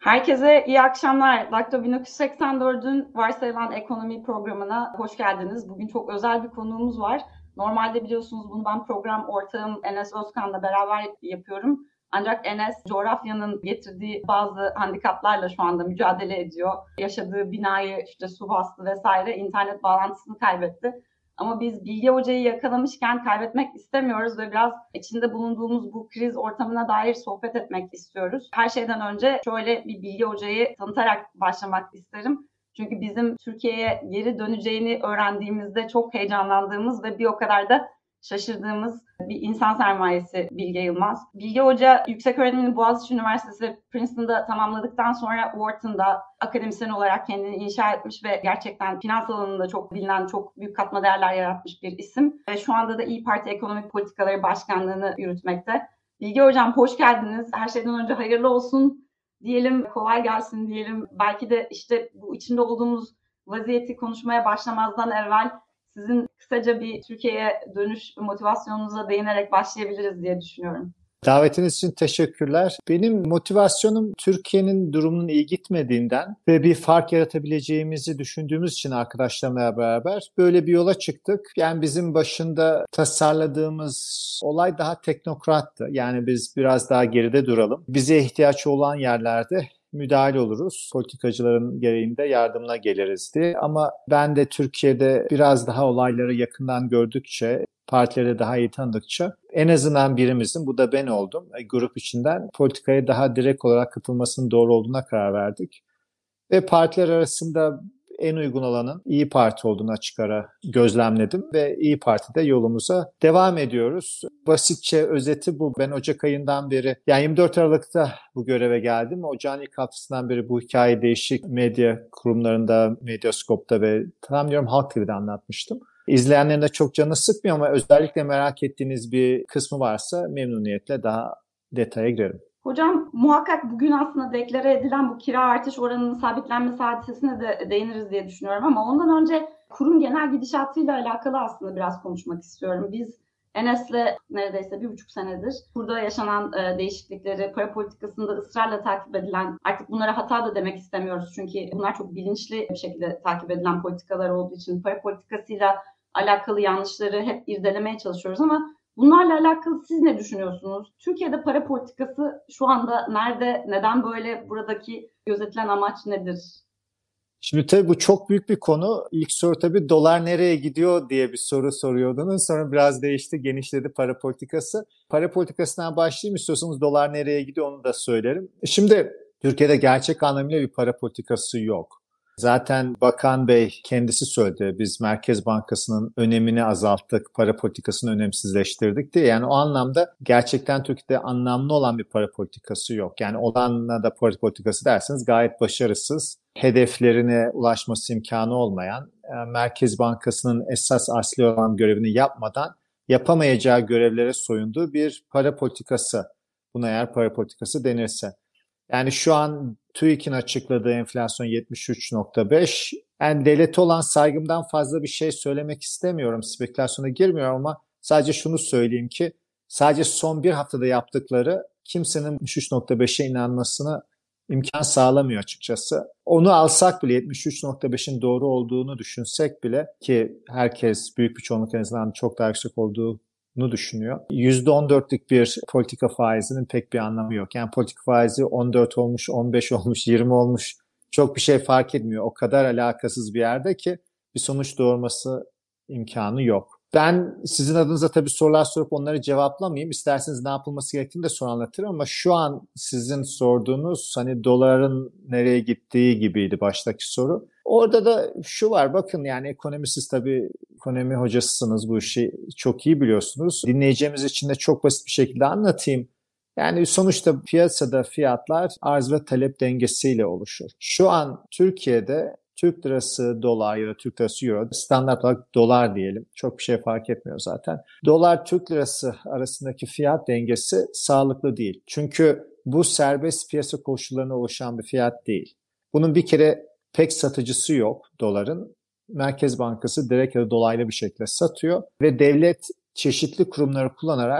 Herkese iyi akşamlar. Dakika 1984'ün varsayılan ekonomi programına hoş geldiniz. Bugün çok özel bir konuğumuz var. Normalde biliyorsunuz bunu ben program ortağım Enes Özkan'la beraber yapıyorum. Ancak Enes coğrafyanın getirdiği bazı handikaplarla şu anda mücadele ediyor. Yaşadığı binayı işte su bastı vesaire, internet bağlantısını kaybetti. Ama biz Bilge Hoca'yı yakalamışken kaybetmek istemiyoruz ve biraz içinde bulunduğumuz bu kriz ortamına dair sohbet etmek istiyoruz. Her şeyden önce şöyle bir Bilge Hoca'yı tanıtarak başlamak isterim. Çünkü bizim Türkiye'ye geri döneceğini öğrendiğimizde çok heyecanlandığımız ve bir o kadar da şaşırdığımız bir insan sermayesi Bilge Yılmaz. Bilge Hoca yüksek öğrenimini Boğaziçi Üniversitesi ve Princeton'da tamamladıktan sonra Wharton'da akademisyen olarak kendini inşa etmiş ve gerçekten finans alanında çok bilinen, çok büyük katma değerler yaratmış bir isim. Ve şu anda da İYİ Parti Ekonomik Politikaları Başkanlığı'nı yürütmekte. Bilge Hocam hoş geldiniz. Her şeyden önce hayırlı olsun diyelim, kolay gelsin diyelim. Belki de işte bu içinde olduğumuz vaziyeti konuşmaya başlamazdan evvel sizin kısaca bir Türkiye'ye dönüş motivasyonunuza değinerek başlayabiliriz diye düşünüyorum. Davetiniz için teşekkürler. Benim motivasyonum Türkiye'nin durumunun iyi gitmediğinden ve bir fark yaratabileceğimizi düşündüğümüz için arkadaşlarımla beraber böyle bir yola çıktık. Yani bizim başında tasarladığımız olay daha teknokrattı. Yani biz biraz daha geride duralım. Bize ihtiyaç olan yerlerde müdahale oluruz. Politikacıların gereğinde yardımına geliriz diye. Ama ben de Türkiye'de biraz daha olayları yakından gördükçe, partileri daha iyi tanıdıkça en azından birimizin, bu da ben oldum, grup içinden politikaya daha direkt olarak katılmasının doğru olduğuna karar verdik. Ve partiler arasında en uygun olanın İYİ Parti olduğunu açık ara gözlemledim ve İYİ Parti'de yolumuza devam ediyoruz. Basitçe özeti bu. Ben Ocak ayından beri, yani 24 Aralık'ta bu göreve geldim. Ocağın ilk haftasından beri bu hikayeyi değişik medya kurumlarında, Medyascope'da ve tam diyorum Halk TV'de anlatmıştım. İzleyenlerin de çok canı sıkmıyor ama özellikle merak ettiğiniz bir kısmı varsa memnuniyetle daha detaya girerim. Hocam muhakkak bugün aslında deklare edilen bu kira artış oranının sabitlenmesi hadisesine de değiniriz diye düşünüyorum ama ondan önce kurun genel gidişatıyla alakalı aslında biraz konuşmak istiyorum. Biz Enes'le neredeyse 1,5 senedir burada yaşanan değişiklikleri, para politikasında ısrarla takip edilen, artık bunlara hata da demek istemiyoruz çünkü bunlar çok bilinçli bir şekilde takip edilen politikalar olduğu için para politikasıyla alakalı yanlışları hep irdelemeye çalışıyoruz ama bunlarla alakalı siz ne düşünüyorsunuz? Türkiye'de para politikası şu anda nerede? Neden böyle? Buradaki gözetilen amaç nedir? Şimdi tabii bu çok büyük bir konu. İlk soru tabii dolar nereye gidiyor diye bir soru soruyordunuz. Sonra biraz değişti, genişledi para politikası. Para politikasından başlayayım, istiyorsanız dolar nereye gidiyor onu da söylerim. Şimdi Türkiye'de gerçek anlamıyla bir para politikası yok. Zaten Bakan Bey kendisi söyledi. Biz Merkez Bankası'nın önemini azalttık, para politikasını önemsizleştirdik diye. Yani o anlamda gerçekten Türkiye'de anlamlı olan bir para politikası yok. Yani olanla da para politikası derseniz gayet başarısız, hedeflerine ulaşması imkanı olmayan, Merkez Bankası'nın esas asli olan görevini yapmadan yapamayacağı görevlere soyunduğu bir para politikası. Buna eğer para politikası denirse. Yani şu an TÜİK'in açıkladığı enflasyon 73.5. Yani devlete olan saygımdan fazla bir şey söylemek istemiyorum. Spekülasyona girmiyorum ama sadece şunu söyleyeyim ki sadece son bir haftada yaptıkları kimsenin 73.5'e inanmasına imkan sağlamıyor açıkçası. Onu alsak bile 73.5'in doğru olduğunu düşünsek bile ki herkes büyük bir çoğunluk en azından çok daha yüksek olduğu düşünüyor. %14'lük bir politika faizinin pek bir anlamı yok. Yani politika faizi 14 olmuş, 15 olmuş, 20 olmuş çok bir şey fark etmiyor. O kadar alakasız bir yerde ki bir sonuç doğurması imkanı yok. Ben sizin adınıza tabii sorular sorup onları cevaplamayayım. İsterseniz ne yapılması gerektiğini de sonra anlatırım ama şu an sizin sorduğunuz hani doların nereye gittiği gibiydi baştaki soru. Orada da şu var, bakın yani siz tabii ekonomi hocasısınız, bu işi çok iyi biliyorsunuz. Dinleyeceğimiz için de çok basit bir şekilde anlatayım. Yani sonuçta piyasada fiyatlar arz ve talep dengesiyle oluşur. Şu an Türkiye'de Türk lirası dolar ya da Türk lirası euro, standart olarak dolar diyelim. Çok bir şey fark etmiyor zaten. Dolar Türk lirası arasındaki fiyat dengesi sağlıklı değil. Çünkü bu serbest piyasa koşullarına oluşan bir fiyat değil. Bunun bir kere pek satıcısı yok doların. Merkez Bankası direkt ya da dolaylı bir şekilde satıyor ve devlet çeşitli kurumları kullanarak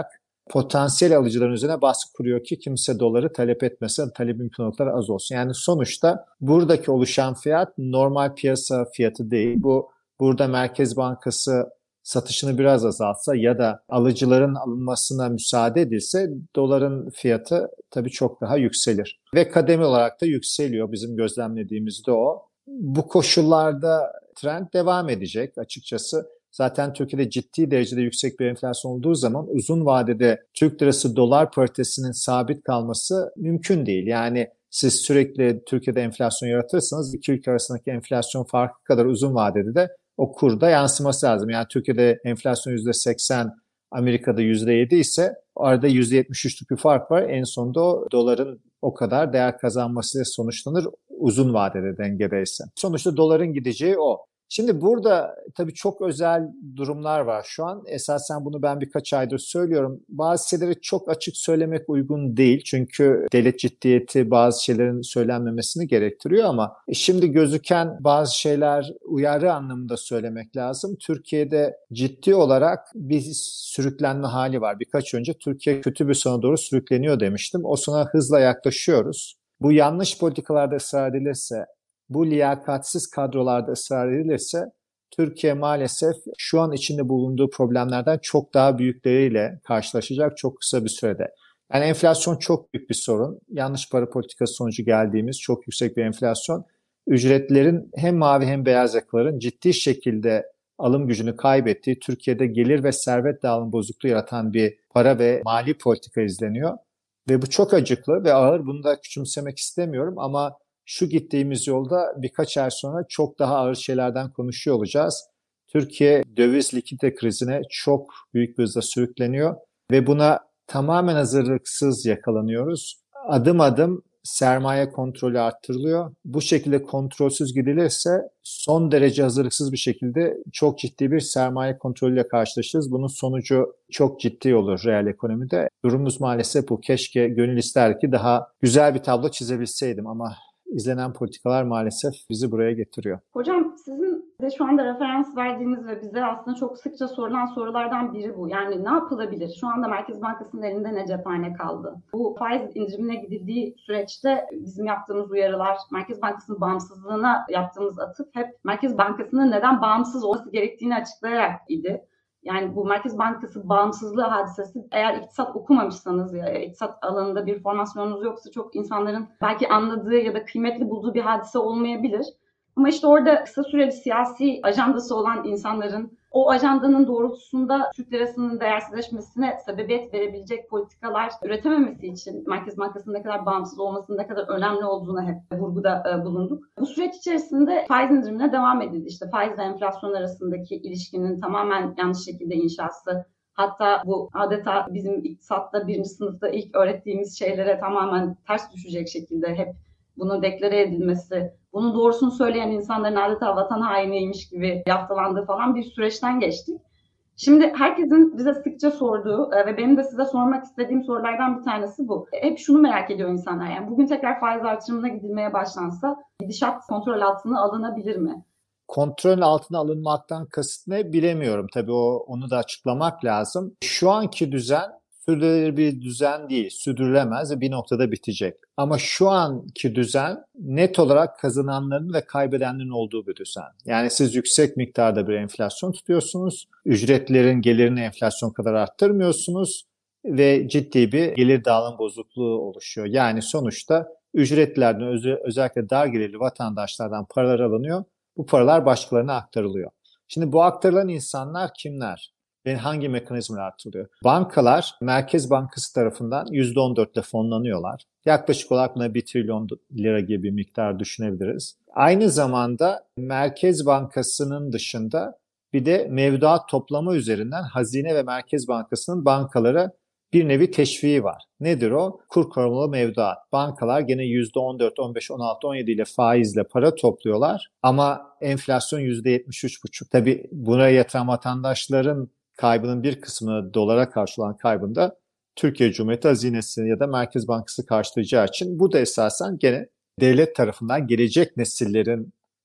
potansiyel alıcıların üzerine baskı kuruyor ki kimse doları talep etmesin, talep imkanları az olsun. Yani sonuçta buradaki oluşan fiyat normal piyasa fiyatı değil. Burada Merkez Bankası satışını biraz azaltsa ya da alıcıların alınmasına müsaade edilse doların fiyatı tabii çok daha yükselir. Ve kademe olarak da yükseliyor. Bizim gözlemlediğimiz de o. Bu koşullarda trend devam edecek açıkçası. Zaten Türkiye'de ciddi derecede yüksek bir enflasyon olduğu zaman uzun vadede Türk lirası dolar paritesinin sabit kalması mümkün değil. Yani siz sürekli Türkiye'de enflasyon yaratırsanız iki ülke arasındaki enflasyon farkı kadar uzun vadede de o kurda yansıması lazım. Yani Türkiye'de enflasyon %80, Amerika'da %7 ise arada %73'lük bir fark var. En sonunda o doların o kadar değer kazanmasıyla sonuçlanır uzun vadede dengedeyse. Sonuçta doların gideceği o. Şimdi burada tabii çok özel durumlar var şu an. Esasen bunu ben birkaç aydır söylüyorum. Bazı şeyleri çok açık söylemek uygun değil. Çünkü devlet ciddiyeti bazı şeylerin söylenmemesini gerektiriyor ama şimdi gözüken bazı şeyler uyarı anlamında söylemek lazım. Türkiye'de ciddi olarak bir sürüklenme hali var. Birkaç önce Türkiye kötü bir sona doğru sürükleniyor demiştim. O sona hızla yaklaşıyoruz. Bu yanlış politikalarda ısrar edilirse, bu liyakatsiz kadrolarda ısrar edilirse Türkiye maalesef şu an içinde bulunduğu problemlerden çok daha büyükleriyle karşılaşacak çok kısa bir sürede. Yani enflasyon çok büyük bir sorun. Yanlış para politikası sonucu geldiğimiz çok yüksek bir enflasyon. Ücretlerin hem mavi hem beyaz yakaların ciddi şekilde alım gücünü kaybettiği, Türkiye'de gelir ve servet dağılım bozukluğu yaratan bir para ve mali politika izleniyor. Ve bu çok acıklı ve ağır. Bunu da küçümsemek istemiyorum ama şu gittiğimiz yolda birkaç ay sonra çok daha ağır şeylerden konuşuyor olacağız. Türkiye döviz likidite krizine çok büyük bir hızla sürükleniyor ve buna tamamen hazırlıksız yakalanıyoruz. Adım adım sermaye kontrolü arttırılıyor. Bu şekilde kontrolsüz gidilirse son derece hazırlıksız bir şekilde çok ciddi bir sermaye kontrolüyle karşılaşırız. Bunun sonucu çok ciddi olur reel ekonomide. Durumumuz maalesef bu. Keşke gönül ister ki daha güzel bir tablo çizebilseydim ama izlenen politikalar maalesef bizi buraya getiriyor. Hocam sizin de şu anda referans verdiğiniz ve bize aslında çok sıkça sorulan sorulardan biri bu. Yani ne yapılabilir? Şu anda Merkez Bankası'nın elinde ne cephane kaldı? Bu faiz indirimine gidildiği süreçte bizim yaptığımız uyarılar, Merkez Bankası'nın bağımsızlığına yaptığımız atıf hep Merkez Bankası'nın neden bağımsız olması gerektiğini açıklayarak idi. Yani bu Merkez Bankası bağımsızlığı hadisesi eğer iktisat okumamışsanız ya iktisat alanında bir formasyonunuz yoksa çok insanların belki anladığı ya da kıymetli bulduğu bir hadise olmayabilir. Ama işte orada kısa süreli siyasi ajandası olan insanların o ajandanın doğrultusunda Türk lirasının değersizleşmesine sebebiyet verebilecek politikalar üretememesi için Merkez Bankası'nın ne kadar bağımsız olmasının ne kadar önemli olduğuna hep vurguda bulunduk. Bu süreç içerisinde faiz indirimine devam edildi. İşte faiz ve enflasyon arasındaki ilişkinin tamamen yanlış şekilde inşası, hatta bu adeta bizim iktisatta birinci sınıfta ilk öğrettiğimiz şeylere tamamen ters düşecek şekilde hep bunun deklare edilmesi, bunun doğrusunu söyleyen insanların adeta vatan hainiymiş gibi yaftalandığı falan bir süreçten geçtik. Şimdi herkesin bize sıkça sorduğu ve benim de size sormak istediğim sorulardan bir tanesi bu. Hep şunu merak ediyor insanlar. Yani bugün tekrar faiz artırımına gidilmeye başlansa gidişat kontrol altına alınabilir mi? Kontrol altına alınmaktan kasıt ne bilemiyorum. Tabii onu da açıklamak lazım. Şu anki düzen sürdürülebilir bir düzen değil, sürdürülemez ve bir noktada bitecek. Ama şu anki düzen net olarak kazananların ve kaybedenlerin olduğu bir düzen. Yani siz yüksek miktarda bir enflasyon tutuyorsunuz, ücretlerin gelirini enflasyon kadar arttırmıyorsunuz ve ciddi bir gelir dağılım bozukluğu oluşuyor. Yani sonuçta ücretlerden özellikle dar gelirli vatandaşlardan paralar alınıyor, bu paralar başkalarına aktarılıyor. Şimdi bu aktarılan insanlar kimler? Ve hangi mekanizmalar artırılıyor? Bankalar Merkez Bankası tarafından %14 ile fonlanıyorlar. Yaklaşık olarak buna 1 trilyon lira gibi bir miktar düşünebiliriz. Aynı zamanda Merkez Bankası'nın dışında bir de mevduat toplama üzerinden Hazine ve Merkez Bankası'nın bankalara bir nevi teşviği var. Nedir o? Kur korumalı mevduat. Bankalar gene %14, 15, 16, 17 ile faizle para topluyorlar ama enflasyon %73,5. Tabii buna yatıran vatandaşların kaybının bir kısmını dolara karşı olan kaybında Türkiye Cumhuriyeti Hazinesi ya da Merkez Bankası karşılayacağı için bu da esasen gene devlet tarafından gelecek nesillerin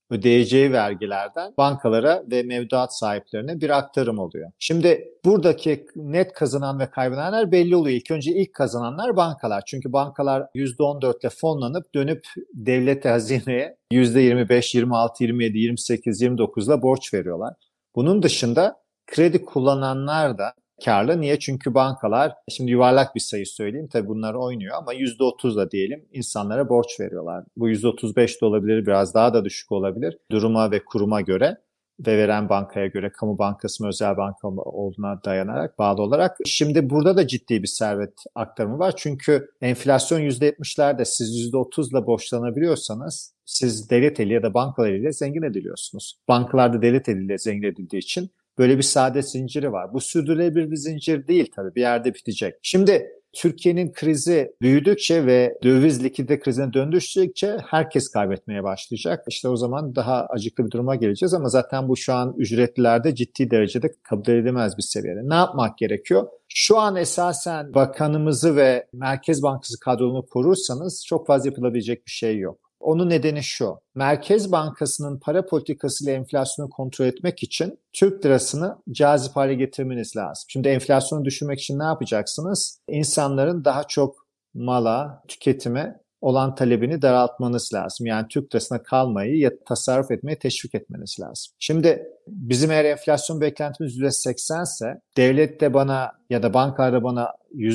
ödeyeceği vergilerden bankalara ve mevduat sahiplerine bir aktarım oluyor. Şimdi buradaki net kazanan ve kaybedenler belli oluyor. İlk kazananlar bankalar. Çünkü bankalar %14 ile fonlanıp dönüp devlete, hazineye %25, 26, 27, 28, 29 ile borç veriyorlar. Bunun dışında kredi kullananlar da karlı. Niye? Çünkü bankalar, şimdi yuvarlak bir sayı söyleyeyim, tabii bunlar oynuyor ama %30'la diyelim insanlara borç veriyorlar. Bu %35 de olabilir, biraz daha da düşük olabilir duruma ve kuruma göre ve veren bankaya göre, kamu bankası mı özel banka mı olduğuna dayanarak, bağlı olarak. Şimdi burada da ciddi bir servet aktarımı var. Çünkü enflasyon %70'lerde, siz %30'la borçlanabiliyorsanız siz devlet eli ya da bankalar eliyle zengin ediliyorsunuz. Bankalarda devlet eliyle zengin edildiği için böyle bir saadet zinciri var. Bu sürdürülebilir bir zincir değil tabii. Bir yerde bitecek. Şimdi Türkiye'nin krizi büyüdükçe ve döviz likidite krizine döndükçe herkes kaybetmeye başlayacak. İşte o zaman daha acıklı bir duruma geleceğiz ama zaten bu şu an ücretlilerde ciddi derecede kabul edilemez bir seviyede. Ne yapmak gerekiyor? Şu an esasen bakanımızı ve Merkez Bankası kadronu korursanız çok fazla yapılabilecek bir şey yok. Onun nedeni şu: Merkez Bankası'nın para politikasıyla enflasyonu kontrol etmek için Türk lirasını cazip hale getirmeniz lazım. Şimdi enflasyonu düşürmek için ne yapacaksınız? İnsanların daha çok mala, tüketime olan talebini daraltmanız lazım. Yani Türk lirasına kalmayı ya tasarruf etmeyi teşvik etmeniz lazım. Şimdi bizim eğer enflasyon beklentimiz %80 ise devlet de bana ya da bankalar da bana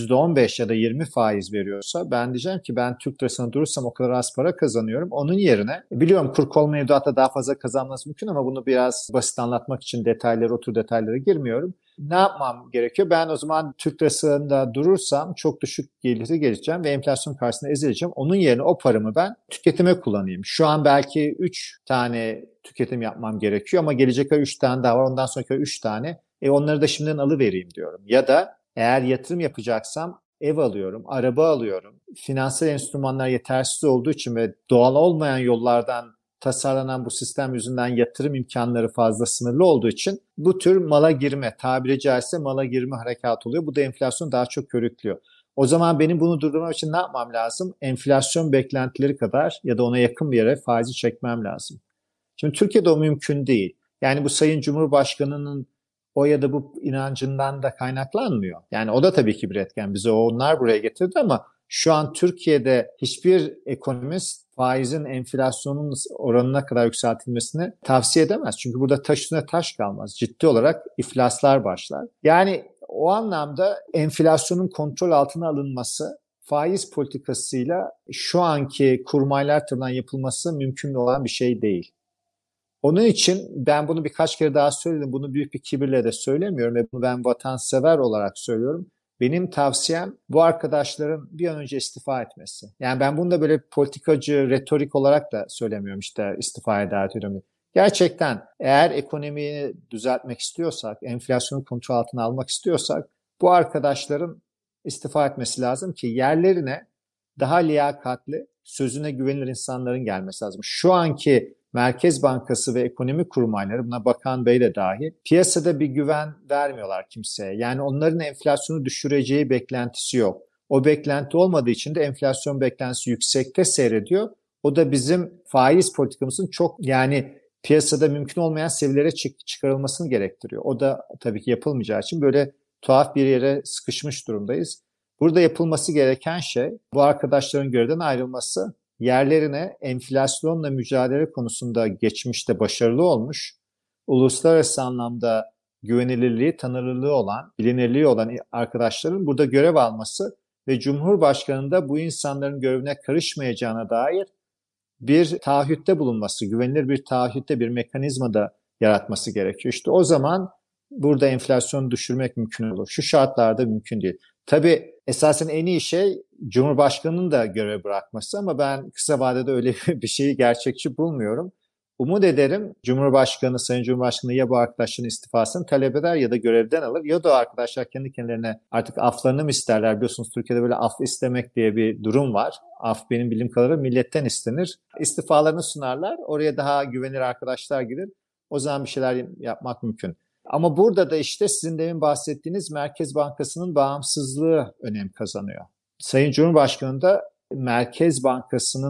%15 ya da 20 faiz veriyorsa ben diyeceğim ki ben Türk lirasına durursam o kadar az para kazanıyorum. Onun yerine biliyorum kur kol mevduatta daha fazla kazanması mümkün ama bunu biraz basit anlatmak için detaylara girmiyorum. Ne yapmam gerekiyor? Ben o zaman Türk lirasında durursam çok düşük geliri geleceğim ve enflasyon karşısında ezileceğim. Onun yerine o paramı ben tüketime kullanayım. Şu an belki 3 tane tüketim yapmam gerekiyor ama gelecek ay 3 tane daha var. Ondan sonraki ay 3 tane. Onları da şimdiden alıvereyim diyorum. Ya da eğer yatırım yapacaksam ev alıyorum, araba alıyorum. Finansal enstrümanlar yetersiz olduğu için ve doğal olmayan yollardan tasarlanan bu sistem yüzünden yatırım imkanları fazla sınırlı olduğu için bu tür mala girme, tabiri caizse mala girme harekatı oluyor. Bu da enflasyonu daha çok körüklüyor. O zaman benim bunu durdurmam için ne yapmam lazım? Enflasyon beklentileri kadar ya da ona yakın bir yere faizi çekmem lazım. Şimdi Türkiye'de o mümkün değil. Yani bu Sayın Cumhurbaşkanı'nın o ya da bu inancından da kaynaklanmıyor. Yani o da tabii ki bir etken. Bizi onlar buraya getirdi ama şu an Türkiye'de hiçbir ekonomist faizin enflasyonun oranına kadar yükseltilmesini tavsiye edemez. Çünkü burada taş üstüne taş kalmaz. Ciddi olarak iflaslar başlar. Yani o anlamda enflasyonun kontrol altına alınması faiz politikasıyla şu anki kurmaylar tarafından yapılması mümkün olan bir şey değil. Onun için ben bunu birkaç kere daha söyledim. Bunu büyük bir kibirle de söylemiyorum ve bunu ben vatansever olarak söylüyorum. Benim tavsiyem bu arkadaşların bir an önce istifa etmesi. Yani ben bunu da böyle politikacı, retorik olarak da söylemiyorum, işte istifaya davet ediyorum. Gerçekten eğer ekonomiyi düzeltmek istiyorsak, enflasyonu kontrol altına almak istiyorsak bu arkadaşların istifa etmesi lazım ki yerlerine daha liyakatli, sözüne güvenilir insanların gelmesi lazım. Şu anki Merkez Bankası ve ekonomi kurmayları, buna Bakan Bey de dahil, piyasada bir güven vermiyorlar kimseye. Yani onların enflasyonu düşüreceği beklentisi yok. O beklenti olmadığı için de enflasyon beklentisi yüksekte seyrediyor. O da bizim faiz politikamızın çok, yani piyasada mümkün olmayan seviyelere çıkarılmasını gerektiriyor. O da tabii ki yapılmayacağı için böyle tuhaf bir yere sıkışmış durumdayız. Burada yapılması gereken şey bu arkadaşların görevden ayrılması, yerlerine enflasyonla mücadele konusunda geçmişte başarılı olmuş, uluslararası anlamda güvenilirliği, tanınırlığı olan, bilinirliği olan arkadaşların burada görev alması ve Cumhurbaşkanı'nın da bu insanların görevine karışmayacağına dair bir taahhütte bulunması, güvenilir bir taahhütte, bir mekanizma da yaratması gerekiyor. İşte o zaman burada enflasyonu düşürmek mümkün olur. Şu şartlarda mümkün değil. Tabii esasen en iyi şey Cumhurbaşkanı'nın da görev bırakması ama ben kısa vadede öyle bir şeyi gerçekçi bulmuyorum. Umut ederim Cumhurbaşkanı, Sayın Cumhurbaşkanı ya bu arkadaşların istifasını talep eder ya da görevden alır ya da o arkadaşlar kendi kendilerine artık aflarını mı isterler? Biliyorsunuz Türkiye'de böyle af istemek diye bir durum var. Af benim bildiğim kadarıyla milletten istenir. İstifalarını sunarlar. Oraya daha güvenilir arkadaşlar gelir. O zaman bir şeyler yapmak mümkün. Ama burada da işte sizin demin bahsettiğiniz Merkez Bankası'nın bağımsızlığı önem kazanıyor. Sayın Cumhurbaşkanı da Merkez Bankası'nın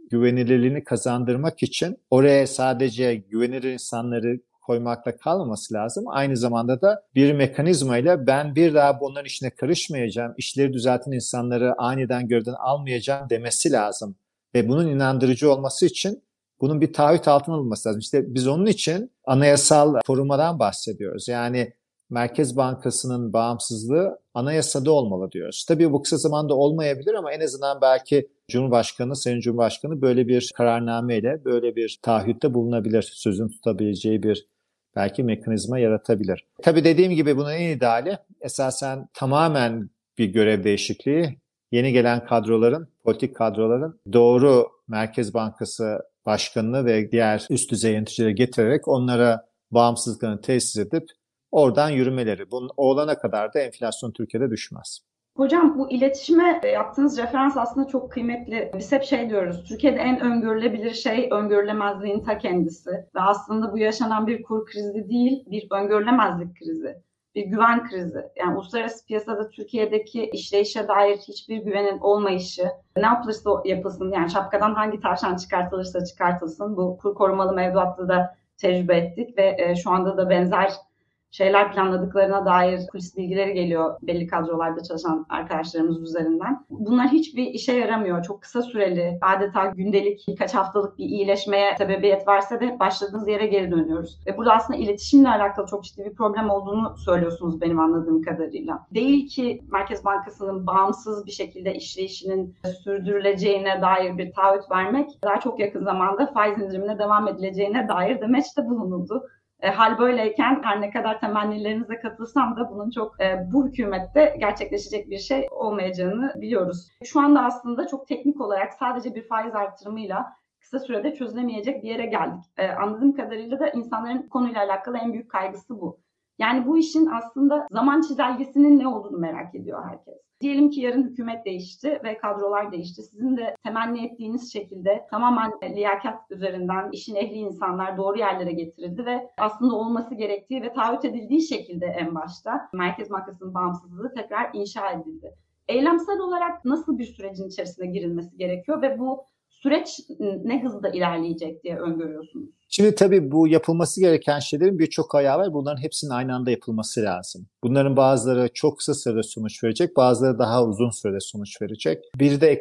güvenilirliğini kazandırmak için oraya sadece güvenilir insanları koymakla kalmaması lazım. Aynı zamanda da bir mekanizmayla ben bir daha bunların işine karışmayacağım, işleri düzelten insanları aniden görevden almayacağım demesi lazım. Ve bunun inandırıcı olması için bunun bir taahhüt altına alınması lazım. İşte biz onun için anayasal korumadan bahsediyoruz. Yani Merkez Bankası'nın bağımsızlığı anayasada olmalı diyoruz. Tabii bu kısa zamanda olmayabilir ama en azından belki Sayın Cumhurbaşkanı böyle bir kararnameyle, böyle bir taahhütte bulunabilir. Sözün tutabileceği bir belki mekanizma yaratabilir. Tabii dediğim gibi bunun en ideali esasen tamamen bir görev değişikliği. Yeni gelen kadroların, politik kadroların doğru Merkez Bankası Başkanı'nı ve diğer üst düzey yöneticileri getirerek onlara bağımsızlıklarını tesis edip oradan yürümeleri. Bunun olana kadar da enflasyon Türkiye'de düşmez. Hocam bu iletişime yaptığınız referans aslında çok kıymetli. Biz hep şey diyoruz, Türkiye'de en öngörülebilir şey öngörülemezliğin ta kendisi. Ve aslında bu yaşanan bir kur krizi değil, bir öngörülemezlik krizi, bir güven krizi. Yani uluslararası piyasada Türkiye'deki işleyişe dair hiçbir güvenin olmayışı, ne yapılırsa yapılsın, yani şapkadan hangi tavşan çıkartılırsa çıkartılsın, bu kur korumalı mevduatta da tecrübe ettik ve şu anda da benzer şeyler planladıklarına dair kulis bilgileri geliyor belli kadrolarda çalışan arkadaşlarımız üzerinden. Bunlar hiçbir işe yaramıyor. Çok kısa süreli, adeta gündelik birkaç haftalık bir iyileşmeye sebebiyet verse de başladığınız yere geri dönüyoruz. Ve burada aslında iletişimle alakalı çok ciddi bir problem olduğunu söylüyorsunuz benim anladığım kadarıyla. Değil ki Merkez Bankası'nın bağımsız bir şekilde işleyişinin sürdürüleceğine dair bir taahhüt vermek, daha çok yakın zamanda faiz indirimine devam edileceğine dair demeçte bulunuldu. Hal böyleyken her ne kadar temennilerinize katılsam da bunun çok bu hükümette gerçekleşecek bir şey olmayacağını biliyoruz. Şu anda aslında çok teknik olarak sadece bir faiz artırımıyla kısa sürede çözülemeyecek bir yere geldik. Anladığım kadarıyla da insanların konuyla alakalı en büyük kaygısı bu. Yani bu işin aslında zaman çizelgesinin ne olduğunu merak ediyor herkes. Diyelim ki yarın hükümet değişti ve kadrolar değişti. Sizin de temenni ettiğiniz şekilde tamamen liyakat üzerinden işin ehli insanlar doğru yerlere getirildi ve aslında olması gerektiği ve taahhüt edildiği şekilde en başta Merkez Bankası'nın bağımsızlığı tekrar inşa edildi. Eylemsel olarak nasıl bir sürecin içerisine girilmesi gerekiyor ve bu süreç ne hızda ilerleyecek diye öngörüyorsunuz? Şimdi tabii bu yapılması gereken şeylerin birçok ayağı var. Bunların hepsinin aynı anda yapılması lazım. Bunların bazıları çok kısa sürede sonuç verecek, bazıları daha uzun sürede sonuç verecek. Bir de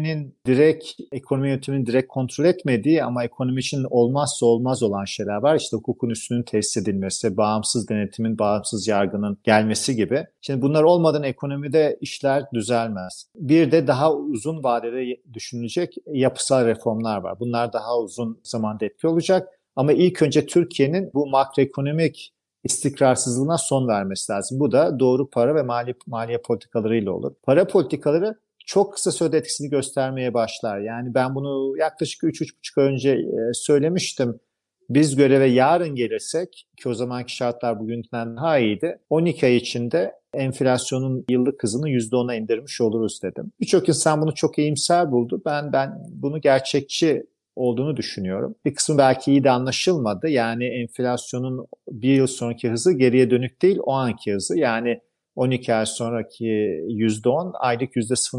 ekonomi yönetiminin direkt kontrol etmediği ama ekonomi için olmazsa olmaz olan şeyler var. İşte hukukun üstünün tesis edilmesi, bağımsız denetimin, bağımsız yargının gelmesi gibi. Şimdi bunlar olmadan ekonomide işler düzelmez. Bir de daha uzun vadede düşünülecek yapısal reformlar var. Bunlar daha uzun zamanda etki olacak. Ama ilk önce Türkiye'nin bu makroekonomik istikrarsızlığına son vermesi lazım. Bu da doğru para ve maliye politikalarıyla olur. Para politikaları çok kısa sürede etkisini göstermeye başlar. Yani ben bunu yaklaşık 3-3,5 ay önce söylemiştim. Biz göreve yarın gelirsek, ki o zamanki şartlar bugünden daha iyiydi, 12 ay içinde enflasyonun yıllık hızını %10'a indirmiş oluruz dedim. Birçok insan bunu çok iyimser buldu. Ben bunu gerçekçi olduğunu düşünüyorum. Bir kısmı belki iyi de anlaşılmadı. Yani enflasyonun bir yıl sonraki hızı geriye dönük değil, o anki hızı. Yani 12 ay sonraki %10 aylık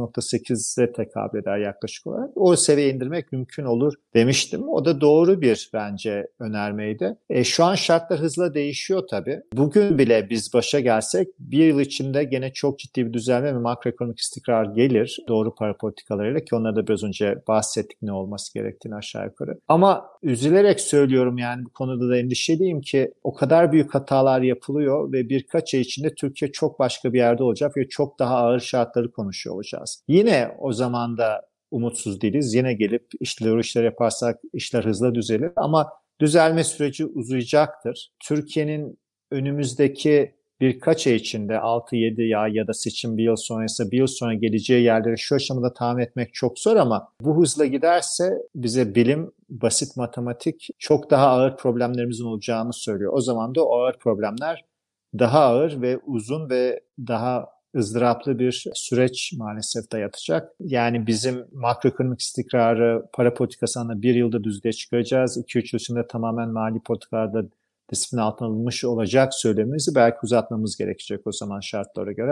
%0,8'e tekabül eder yaklaşık olarak. O seviyeye indirmek mümkün olur demiştim. O da doğru bir bence önermeydi. Şu an şartlar hızla değişiyor tabii. Bugün bile biz başa gelsek bir yıl içinde gene çok ciddi bir düzelme ve makroekonomik istikrar gelir. Doğru para politikalarıyla, ki onları da biraz önce bahsettik ne olması gerektiğini aşağı yukarı. Ama üzülerek söylüyorum, yani bu konuda da endişeliyim ki o kadar büyük hatalar yapılıyor ve birkaç ay içinde Türkiye çok başka bir yerde olacak ve çok daha ağır şartları konuşuyor olacağız. Yine o zaman da umutsuz değiliz. Yine gelip işler yaparsak işler hızla düzelir ama düzelme süreci uzayacaktır. Türkiye'nin önümüzdeki birkaç ay içinde 6-7 ay ya da seçim bir yıl sonraysa bir yıl sonra geleceği yerleri şu aşamada tahmin etmek çok zor ama bu hızla giderse bize bilim, basit matematik çok daha ağır problemlerimizin olacağını söylüyor. O zaman da o ağır problemler daha ağır ve uzun ve daha ızdıraplı bir süreç maalesef dayatacak. Yani bizim makroekonomik istikrarı, para politikasını bir yılda düzlüğe çıkaracağız. 2-3 yıl içinde tamamen mali politikalarda disiplin altına alınmış olacak söylemimizi belki uzatmamız gerekecek o zaman şartlara göre.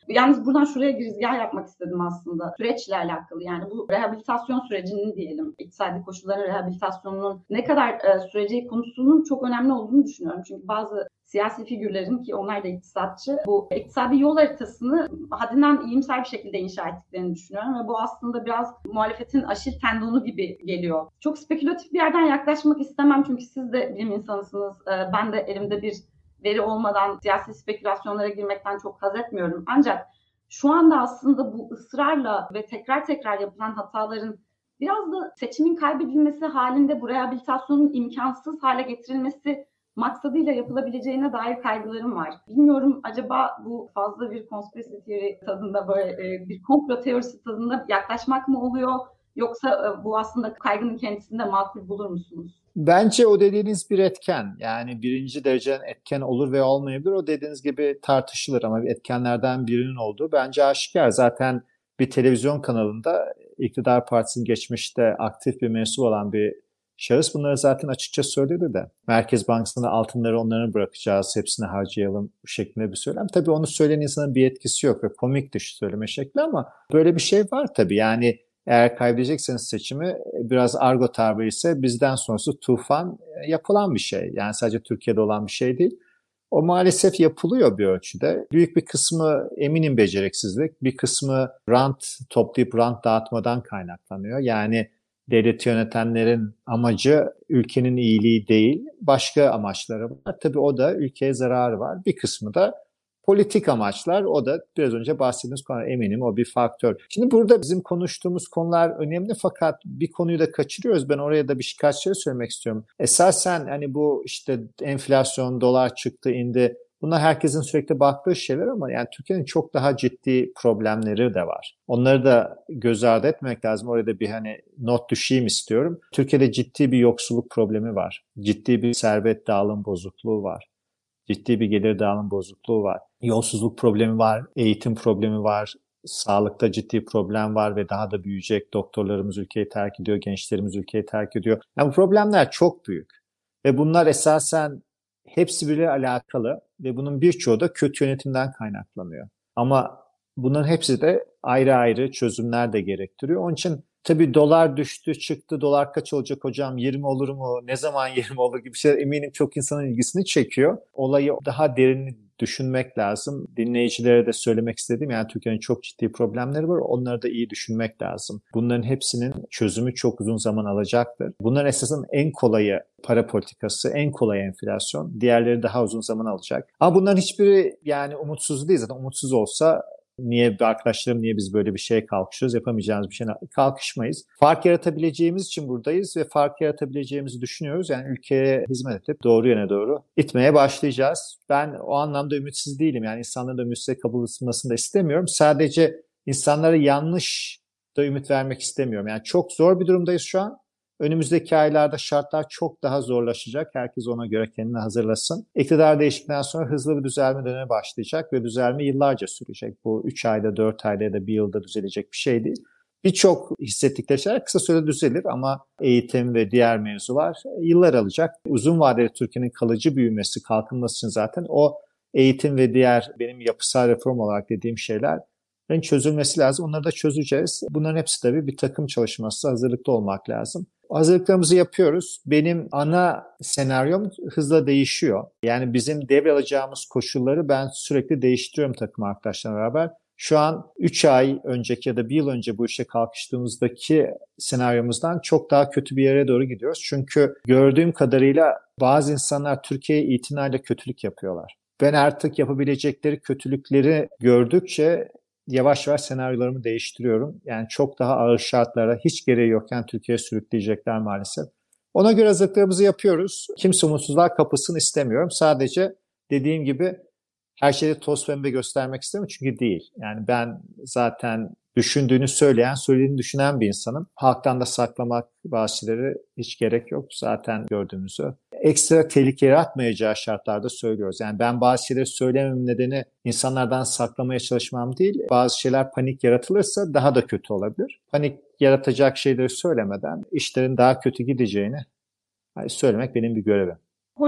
Yalnız buradan şuraya girizgah yapmak istedim aslında. Süreçle alakalı, yani bu rehabilitasyon sürecinin diyelim, iktisadi koşulların rehabilitasyonunun ne kadar süreceği konusunun çok önemli olduğunu düşünüyorum. Çünkü bazı siyasi figürlerin, ki onlar da iktisatçı, bu iktisadi yol haritasını haddinden iyimser bir şekilde inşa ettiklerini düşünüyorum ve bu aslında biraz muhalefetin aşil tendonu gibi geliyor. Çok spekülatif bir yerden yaklaşmak istemem çünkü siz de bilim insanısınız. Ben de elimde bir veri olmadan siyasi spekülasyonlara girmekten çok haz etmiyorum. Ancak şu anda aslında bu ısrarla ve tekrar tekrar yapılan hataların biraz da seçimin kaybedilmesi halinde bu rehabilitasyonun imkansız hale getirilmesi maksadıyla yapılabileceğine dair kaygılarım var. Bilmiyorum, acaba bu fazla bir conspiracy theory tadında, böyle bir komplo teorisi tadında yaklaşmak mı oluyor? Yoksa bu aslında kaygının kendisinde makul bulur musunuz? Bence o dediğiniz bir etken. Yani birinci dereceden etken olur ve olmayabilir. O dediğiniz gibi tartışılır ama etkenlerden birinin olduğu bence aşikar. Zaten bir televizyon kanalında iktidar partisinin geçmişte aktif bir mensup olan bir şahıs bunları zaten açıkça söyledi de. Merkez Bankası'nda altınları onların bırakacağız, hepsini harcayalım şeklinde bir söylem. Tabii onu söyleyen insanın bir etkisi yok ve komik dışı söyleme şekli ama böyle bir şey var tabii. Yani eğer kaybedecekseniz seçimi, biraz argo tabiri ise bizden sonrası tufan yapılan bir şey. Yani sadece Türkiye'de olan bir şey değil. O maalesef yapılıyor bir ölçüde. Büyük bir kısmı eminim beceriksizlik, bir kısmı rant toplayıp rant dağıtmadan kaynaklanıyor. Yani devleti yönetenlerin amacı ülkenin iyiliği değil, başka amaçları var. Tabii o da ülkeye zararı var. Bir kısmı da politik amaçlar, o da biraz önce bahsettiğimiz konu, eminim o bir faktör. Şimdi burada bizim konuştuğumuz konular önemli fakat bir konuyu da kaçırıyoruz. Ben oraya da birkaç şey söylemek istiyorum. Esasen hani bu işte enflasyon, dolar çıktı indi. Bunlar herkesin sürekli baktığı şeyler ama yani Türkiye'nin çok daha ciddi problemleri de var. Onları da göz ardı etmek lazım. Oraya da bir hani not düşeyim istiyorum. Türkiye'de ciddi bir yoksulluk problemi var. Ciddi bir servet dağılım bozukluğu var. Ciddi bir gelir dağılım bozukluğu var. Yolsuzluk problemi var, eğitim problemi var, sağlıkta ciddi problem var ve daha da büyüyecek. Doktorlarımız ülkeyi terk ediyor, gençlerimiz ülkeyi terk ediyor. Yani bu problemler çok büyük ve bunlar esasen hepsi birbiriyle alakalı ve bunun birçoğu da kötü yönetimden kaynaklanıyor. Ama bunların hepsi de ayrı ayrı çözümler de gerektiriyor. Onun için tabii dolar düştü, çıktı, dolar kaç olacak hocam, 20 olur mu, ne zaman 20 olur gibi şeyler eminim çok insanın ilgisini çekiyor. Olayı daha derin düşünmek lazım. Dinleyicilere de söylemek istediğim, yani Türkiye'nin çok ciddi problemleri var. Onları da iyi düşünmek lazım. Bunların hepsinin çözümü çok uzun zaman alacaktır. Bunların esasında en kolayı para politikası, en kolay enflasyon. Diğerleri daha uzun zaman alacak. Ama bunların hiçbiri yani umutsuz değil. Zaten umutsuz olsa niye arkadaşlarım, niye biz böyle bir şeye kalkışıyoruz? Yapamayacağımız bir şeye kalkışmayız. Fark yaratabileceğimiz için buradayız ve fark yaratabileceğimizi düşünüyoruz. Yani ülkeye hizmet edip doğru yöne doğru itmeye başlayacağız. Ben o anlamda ümitsiz değilim. Yani insanların da ümitsiz kabul edilmesini de istemiyorum. Sadece insanlara yanlış da ümit vermek istemiyorum. Yani çok zor bir durumdayız şu an. Önümüzdeki aylarda şartlar çok daha zorlaşacak. Herkes ona göre kendini hazırlasın. İktidar değişikliğinden sonra hızlı bir düzelme dönemi başlayacak ve düzelme yıllarca sürecek. Bu 3 ayda, 4 ayda ya da 1 yılda düzelecek bir şey değil. Birçok hissettikleri şeyler kısa sürede düzelir ama eğitim ve diğer mevzular yıllar alacak. Uzun vadeli Türkiye'nin kalıcı büyümesi, kalkınması için zaten o eğitim ve diğer benim yapısal reform olarak dediğim şeyler çözülmesi lazım. Onları da çözeceğiz. Bunların hepsi tabii bir takım çalışması, hazırlıklı olmak lazım. Hazırlıklarımızı yapıyoruz. Benim ana senaryom hızla değişiyor. Yani bizim devralacağımız koşulları ben sürekli değiştiriyorum takım arkadaşlarımla beraber. Şu an 3 ay önceki ya da 1 yıl önce bu işe kalkıştığımızdaki senaryomuzdan çok daha kötü bir yere doğru gidiyoruz. Çünkü gördüğüm kadarıyla bazı insanlar Türkiye'ye itinayla kötülük yapıyorlar. Ben artık yapabilecekleri kötülükleri gördükçe yavaş yavaş senaryolarımı değiştiriyorum. Yani çok daha ağır şartlara hiç gereği yokken Türkiye'ye sürükleyecekler maalesef. Ona göre hazırlıklarımızı yapıyoruz. Kimse umutsuzluğa kapısını istemiyorum. Sadece dediğim gibi her şeyi toz pembe göstermek istemiyorum çünkü değil. Yani ben zaten düşündüğünü söyleyen, söylediğini düşünen bir insanım. Halktan da saklamak bazı şeyleri hiç gerek yok. Zaten gördüğümüzü. Ekstra tehlike yaratmayacağı şartlarda söylüyoruz. Yani ben bazı şeyleri söylememin nedeni insanlardan saklamaya çalışmam değil. Bazı şeyler panik yaratılırsa daha da kötü olabilir. Panik yaratacak şeyleri söylemeden işlerin daha kötü gideceğini söylemek benim bir görevim. Hocam,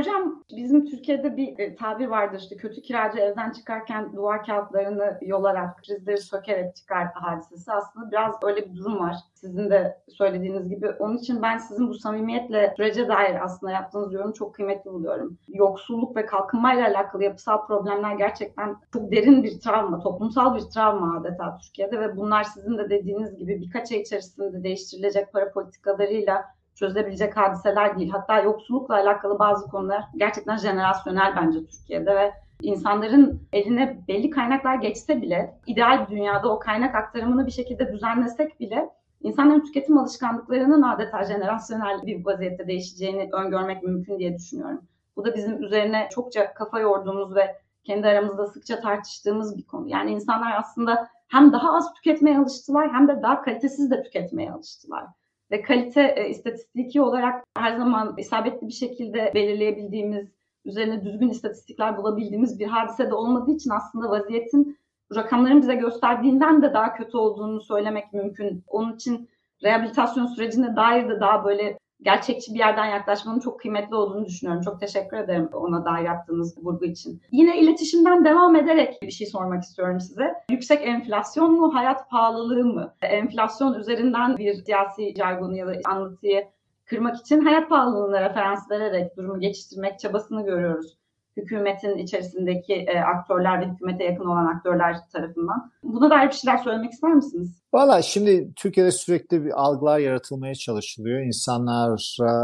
Bizim Türkiye'de bir tabir vardır, işte kötü kiracı evden çıkarken duvar kağıtlarını yolarak, prizleri sökerek çıkar hadisesi. Aslında biraz öyle bir durum var. Sizin de söylediğiniz gibi. Onun için ben sizin bu samimiyetle sürece dair aslında yaptığınız yorumu çok kıymetli buluyorum. Yoksulluk ve kalkınmayla alakalı yapısal problemler gerçekten çok derin bir travma, toplumsal bir travma adeta Türkiye'de ve bunlar sizin de dediğiniz gibi birkaç ay içerisinde değiştirilecek para politikalarıyla çözülebilecek hadiseler değil. Hatta yoksullukla alakalı bazı konular gerçekten jenerasyonel bence Türkiye'de ve insanların eline belli kaynaklar geçse bile, ideal bir dünyada o kaynak aktarımını bir şekilde düzenlesek bile insanların tüketim alışkanlıklarının adeta jenerasyonel bir vaziyette değişeceğini öngörmek mümkün diye düşünüyorum. Bu da bizim üzerine çokça kafa yorduğumuz ve kendi aramızda sıkça tartıştığımız bir konu. Yani insanlar aslında hem daha az tüketmeye alıştılar hem de daha kalitesiz de tüketmeye alıştılar. Ve kalite istatistiki olarak her zaman isabetli bir şekilde belirleyebildiğimiz, üzerine düzgün istatistikler bulabildiğimiz bir hadise de olmadığı için aslında vaziyetin rakamların bize gösterdiğinden de daha kötü olduğunu söylemek mümkün. Onun için rehabilitasyon sürecine dair de daha böyle gerçekçi bir yerden yaklaşmanın çok kıymetli olduğunu düşünüyorum. Çok teşekkür ederim ona dair yaptığınız vurgu için. Yine iletişimden devam ederek bir şey sormak istiyorum size. Yüksek enflasyon mu, hayat pahalılığı mı? Enflasyon üzerinden bir siyasi jargonu ya da anlatıyı kırmak için hayat pahalılığına referans vererek durumu geçiştirmek çabasını görüyoruz. Hükümetin içerisindeki aktörler ve hükümete yakın olan aktörler tarafından. Buna dair bir şeyler söylemek ister misiniz? Valla şimdi Türkiye'de sürekli bir algılar yaratılmaya çalışılıyor. İnsanlara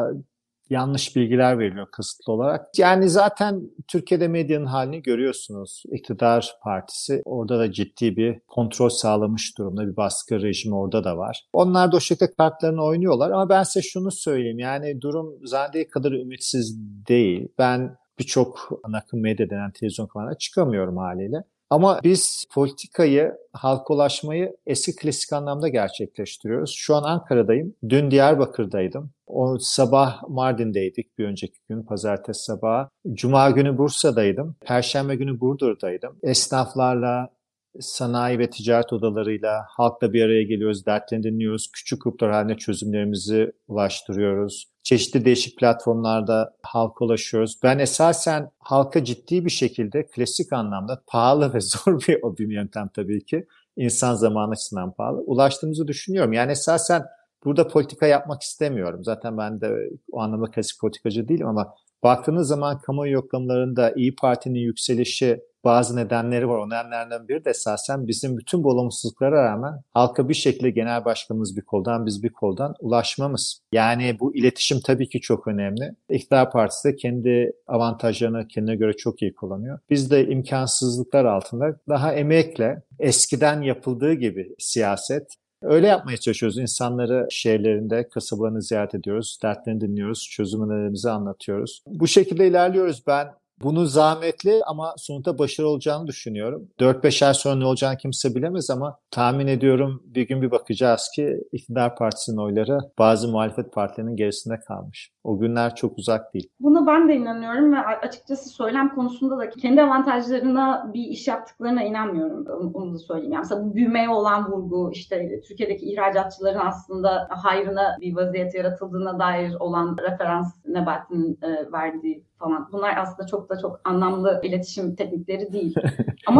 yanlış bilgiler veriliyor kasıtlı olarak. Yani zaten Türkiye'de medyanın halini görüyorsunuz. İktidar partisi orada da ciddi bir kontrol sağlamış durumda. Bir baskı rejimi orada da var. Onlar da o şekilde kartlarını oynuyorlar ama ben size şunu söyleyeyim. Yani durum zannedildiği kadar ümitsiz değil. Ben birçok ana akım medya denen televizyon kanalına çıkamıyorum haliyle. Ama biz politikayı, halka ulaşmayı eski klasik anlamda gerçekleştiriyoruz. Şu an Ankara'dayım. Dün Diyarbakır'daydım. O sabah Mardin'deydik bir önceki gün pazartesi sabahı. Cuma günü Bursa'daydım. Perşembe günü Burdur'daydım. Esnaflarla, sanayi ve ticaret odalarıyla halkla bir araya geliyoruz, dertlerini dinliyoruz. Küçük gruplar halinde çözümlerimizi ulaştırıyoruz. Çeşitli değişik platformlarda halka ulaşıyoruz. Ben esasen halka ciddi bir şekilde klasik anlamda pahalı ve zor bir yöntem tabii ki. İnsan zamanı açısından pahalı. Ulaştığımızı düşünüyorum. Yani esasen burada politika yapmak istemiyorum. Zaten ben de o anlamda klasik politikacı değilim ama baktığınız zaman kamuoyu yoklamalarında İYİ Parti'nin yükselişi bazı nedenleri var. O nedenlerden biri de esasen bizim bütün bu olumsuzluklara rağmen halka bir şekilde genel başkanımız bir koldan biz bir koldan ulaşmamız. Yani bu iletişim tabii ki çok önemli. İktidar Partisi de kendi avantajlarını kendine göre çok iyi kullanıyor. Biz de imkansızlıklar altında daha emekle eskiden yapıldığı gibi siyaset öyle yapmaya çalışıyoruz. İnsanları şehirlerinde, kasabalarını ziyaret ediyoruz, dertlerini dinliyoruz, çözüm önerilerimizi anlatıyoruz. Bu şekilde ilerliyoruz. Ben bunu zahmetli ama sonunda başarılı olacağını düşünüyorum. 4-5 ay sonra ne olacağını kimse bilemez ama tahmin ediyorum bir gün bir bakacağız ki iktidar partisinin oyları bazı muhalefet partilerinin gerisinde kalmış. O günler çok uzak değil. Buna ben de inanıyorum ve açıkçası söylem konusunda da kendi avantajlarına bir iş yaptıklarına inanmıyorum. Onu da söyleyeyim. Yani mesela bu büyümeye olan vurgu, işte Türkiye'deki ihracatçıların aslında hayrına bir vaziyet yaratıldığına dair olan referans Nebati'nin verdiği falan. Bunlar aslında çok anlamlı iletişim teknikleri değil. Ama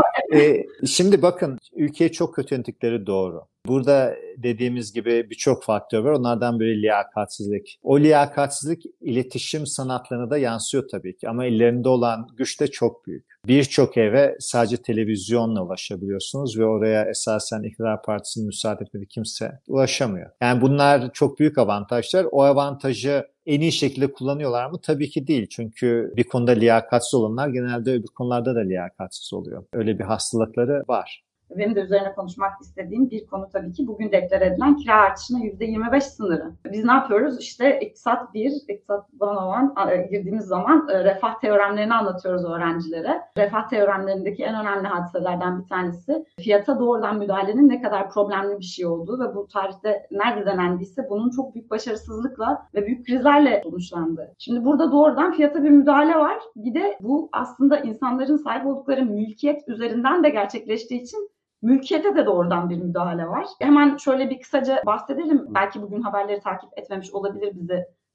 Şimdi bakın ülkeyi çok kötü yönettikleri doğru. Burada dediğimiz gibi birçok faktör var. Onlardan biri liyakatsizlik. O liyakatsizlik iletişim sanatlarına da yansıyor tabii ki. Ama ellerinde olan güç de çok büyük. Birçok eve sadece televizyonla ulaşabiliyorsunuz ve oraya esasen iktidar partisinin müsaade etmediği kimse ulaşamıyor. Yani bunlar çok büyük avantajlar. O avantajı en iyi şekilde kullanıyorlar mı? Tabii ki değil. Çünkü bir konuda liyakatsiz olanlar genelde öbür konularda da liyakatsiz oluyor. Öyle bir hastalıkları var. Benim de üzerine konuşmak istediğim bir konu tabii ki bugün deklar edilen kira artışına %25 sınırı. Biz ne yapıyoruz? İşte iktisat 1, iktisat 101 girdiğimiz zaman refah teoremlerini anlatıyoruz öğrencilere. Refah teoremlerindeki en önemli hadiselerden bir tanesi fiyata doğrudan müdahalenin ne kadar problemli bir şey olduğu ve bu tarihte nerede denendiyse bunun çok büyük başarısızlıkla ve büyük krizlerle sonuçlandı. Şimdi burada doğrudan fiyata bir müdahale var. Bir de bu aslında insanların sahip oldukları mülkiyet üzerinden de gerçekleştiği için mülkiyete de doğrudan bir müdahale var. Hemen şöyle bir kısaca bahsedelim. Belki bugün haberleri takip etmemiş olabilir bizi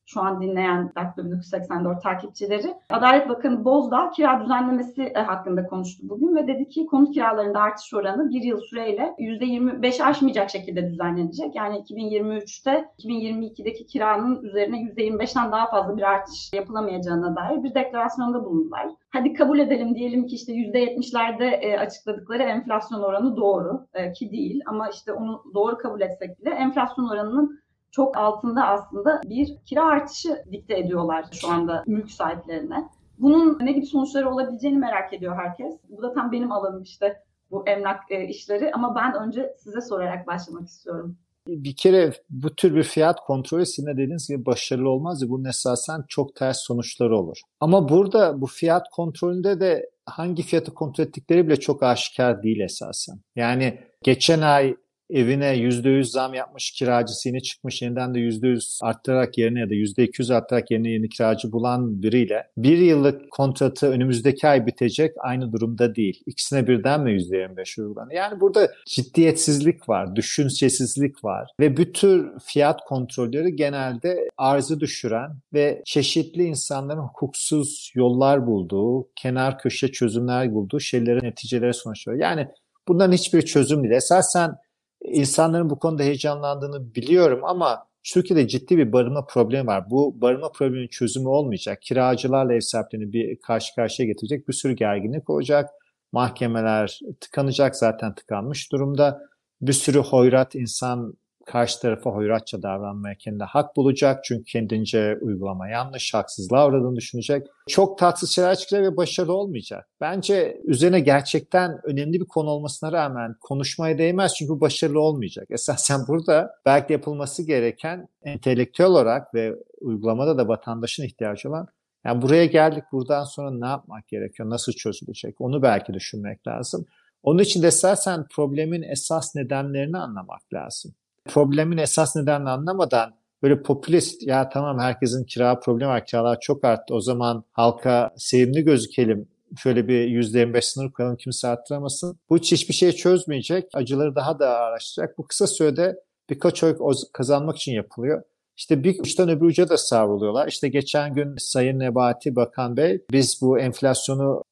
şu an dinleyen Daktilo 1984 takipçileri. Adalet Bakanı Bozdağ kira düzenlemesi hakkında konuştu bugün ve dedi ki konut kiralarında artış oranı bir yıl süreyle %25 aşmayacak şekilde düzenlenecek. Yani 2023'te 2022'deki kiranın üzerine %25'ten daha fazla bir artış yapılamayacağına dair bir deklarasyonda bulundular. Hadi kabul edelim, diyelim ki işte %70'lerde açıkladıkları enflasyon oranı doğru ki değil, ama işte onu doğru kabul etsek bile enflasyon oranının çok altında aslında bir kira artışı dikte ediyorlar şu anda mülk sahiplerine. Bunun ne gibi sonuçları olabileceğini merak ediyor herkes. Bu da tam benim alanım işte, bu emlak işleri, ama ben önce size sorarak başlamak istiyorum. Bir kere bu tür bir fiyat kontrolü sizin de dediğiniz gibi başarılı olmaz ve bunun esasen çok ters sonuçları olur. Ama burada bu fiyat kontrolünde de hangi fiyatı kontrol ettikleri bile çok aşikar değil esasen. Yani geçen ay evine %100 zam yapmış kiracısı yine çıkmış yeniden de %100 arttırarak yerine ya da %200 arttırarak yerine yeni kiracı bulan biriyle bir yıllık kontratı önümüzdeki ay bitecek aynı durumda değil. İkisine birden mi %25 uygulanıyor? Yani burada ciddiyetsizlik var, düşüncesizlik var ve bu tür fiyat kontrolleri genelde arzı düşüren ve çeşitli insanların hukuksuz yollar bulduğu, kenar köşe çözümler bulduğu şeylerin neticeleri sonuçları. Yani bunların hiçbir çözüm değil. Esasen İnsanların bu konuda heyecanlandığını biliyorum ama Türkiye'de ciddi bir barınma problemi var. Bu barınma probleminin çözümü olmayacak. Kiracılarla ev sahiplerini bir karşı karşıya getirecek, bir sürü gerginlik olacak. Mahkemeler tıkanacak, zaten tıkanmış durumda. Bir sürü hoyrat insan karşı tarafa hoyratça davranmaya kendine hak bulacak. Çünkü kendince uygulama yanlış, haksızlığa uğradığını düşünecek. Çok tatsız şeyler çıkacak ve başarılı olmayacak. Bence üzerine gerçekten önemli bir konu olmasına rağmen konuşmaya değmez çünkü başarılı olmayacak. Esasen burada belki yapılması gereken entelektüel olarak ve uygulamada da vatandaşın ihtiyacı olan, yani buraya geldik, buradan sonra ne yapmak gerekiyor, nasıl çözülecek onu belki düşünmek lazım. Onun için de esasen problemin esas nedenlerini anlamak lazım. Problemin esas nedenini anlamadan böyle popülist, ya tamam herkesin kira problemi var, kiralar çok arttı, o zaman halka sevimli gözükelim, şöyle bir %25 sınır koyalım, kimse arttıramasın. Bu hiçbir şey çözmeyecek, acıları daha da ağırlaştıracak. Bu kısa sürede birkaç oy kazanmak için yapılıyor. İşte bir uçtan öbür uca da savruluyorlar. İşte geçen gün Sayın Nebati Bakan Bey, biz bu enflasyonu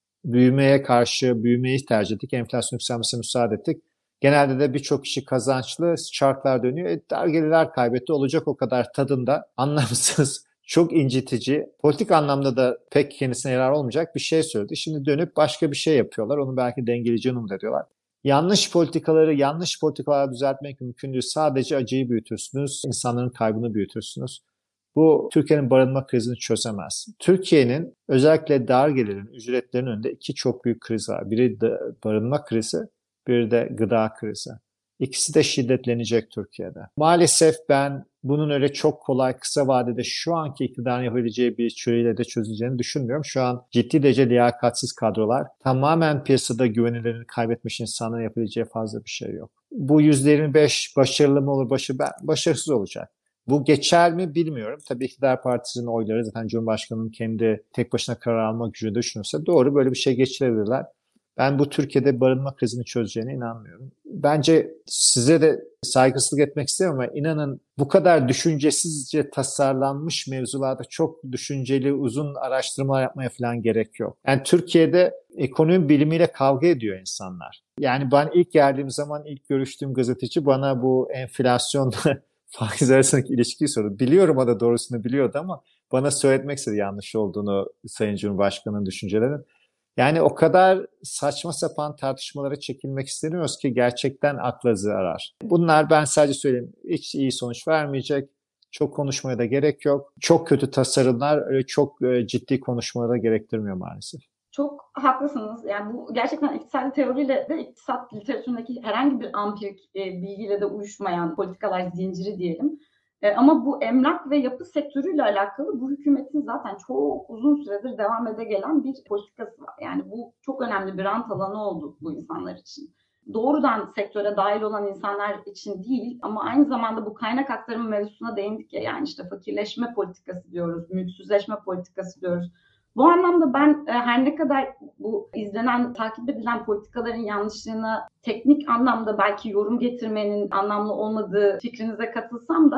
büyümeyi tercih ettik, enflasyon yükselmesine müsaade ettik. Genelde de birçok kişi kazançlı, çarklar dönüyor. Dar gelirler kaybetti, olacak o kadar tadında, anlamsız, çok incitici, politik anlamda da pek kendisine yarar olmayacak bir şey söyledi. Şimdi dönüp başka bir şey yapıyorlar. Onu belki dengeleyeceğini umut ediyorlar. Yanlış politikalar düzeltmek mümkün değil. Sadece acıyı büyütürsünüz, insanların kaybını büyütürsünüz. Bu Türkiye'nin barınma krizini çözemez. Türkiye'nin özellikle dar gelirin, ücretlerin önünde iki çok büyük kriz var. Biri de barınma krizi, bir de gıda krizi. İkisi de şiddetlenecek Türkiye'de. Maalesef ben bunun öyle çok kolay kısa vadede şu anki iktidarın yapabileceği bir çözüyle de çözüleceğini düşünmüyorum. Şu an ciddi derece liyakatsiz kadrolar, tamamen piyasada güvenilirliğini kaybetmiş insanların yapabileceği fazla bir şey yok. Bu %25 başarılı mı olur, başarısız olacak. Bu geçer mi bilmiyorum. Tabii iktidar partisinin oyları, zaten Cumhurbaşkanı'nın kendi tek başına karar alma gücünü düşünürse doğru, böyle bir şey geçirebilirler. Ben bu Türkiye'de barınma krizini çözeceğine inanmıyorum. Bence size de saygısızlık etmek istemiyorum ama inanın bu kadar düşüncesizce tasarlanmış mevzularda çok düşünceli, uzun araştırmalar yapmaya falan gerek yok. Yani Türkiye'de ekonomi bilimiyle kavga ediyor insanlar. Yani ben ilk geldiğim zaman ilk görüştüğüm gazeteci bana bu enflasyonla faiz arasındaki ilişkiyi sordu. Biliyorum, o da doğrusunu biliyordu ama bana söyletmek istedi yanlış olduğunu Sayın Cumhurbaşkanı'nın düşüncelerinin. Yani o kadar saçma sapan tartışmalara çekilmek istemiyoruz ki gerçekten akla zarar. Bunlar, ben sadece söyleyeyim, hiç iyi sonuç vermeyecek. Çok konuşmaya da gerek yok. Çok kötü tasarımlar öyle çok ciddi konuşmalara gerektirmiyor maalesef. Çok haklısınız. Yani bu gerçekten iktisadi teoriyle de iktisat literatüründeki herhangi bir ampirik bilgiyle de uyuşmayan politikalar zinciri diyelim. Ama bu emlak ve yapı sektörüyle alakalı bu hükümetin zaten çok uzun süredir devam ede gelen bir politikası var. Yani bu çok önemli bir rant alanı oldu bu insanlar için. Doğrudan sektöre dahil olan insanlar için değil, ama aynı zamanda bu kaynak aktarımı mevzusuna değindik ya, yani işte fakirleşme politikası diyoruz, mülksüzleşme politikası diyoruz. Bu anlamda ben her ne kadar bu izlenen, takip edilen politikaların yanlışlığına teknik anlamda belki yorum getirmenin anlamlı olmadığı fikrinize katılsam da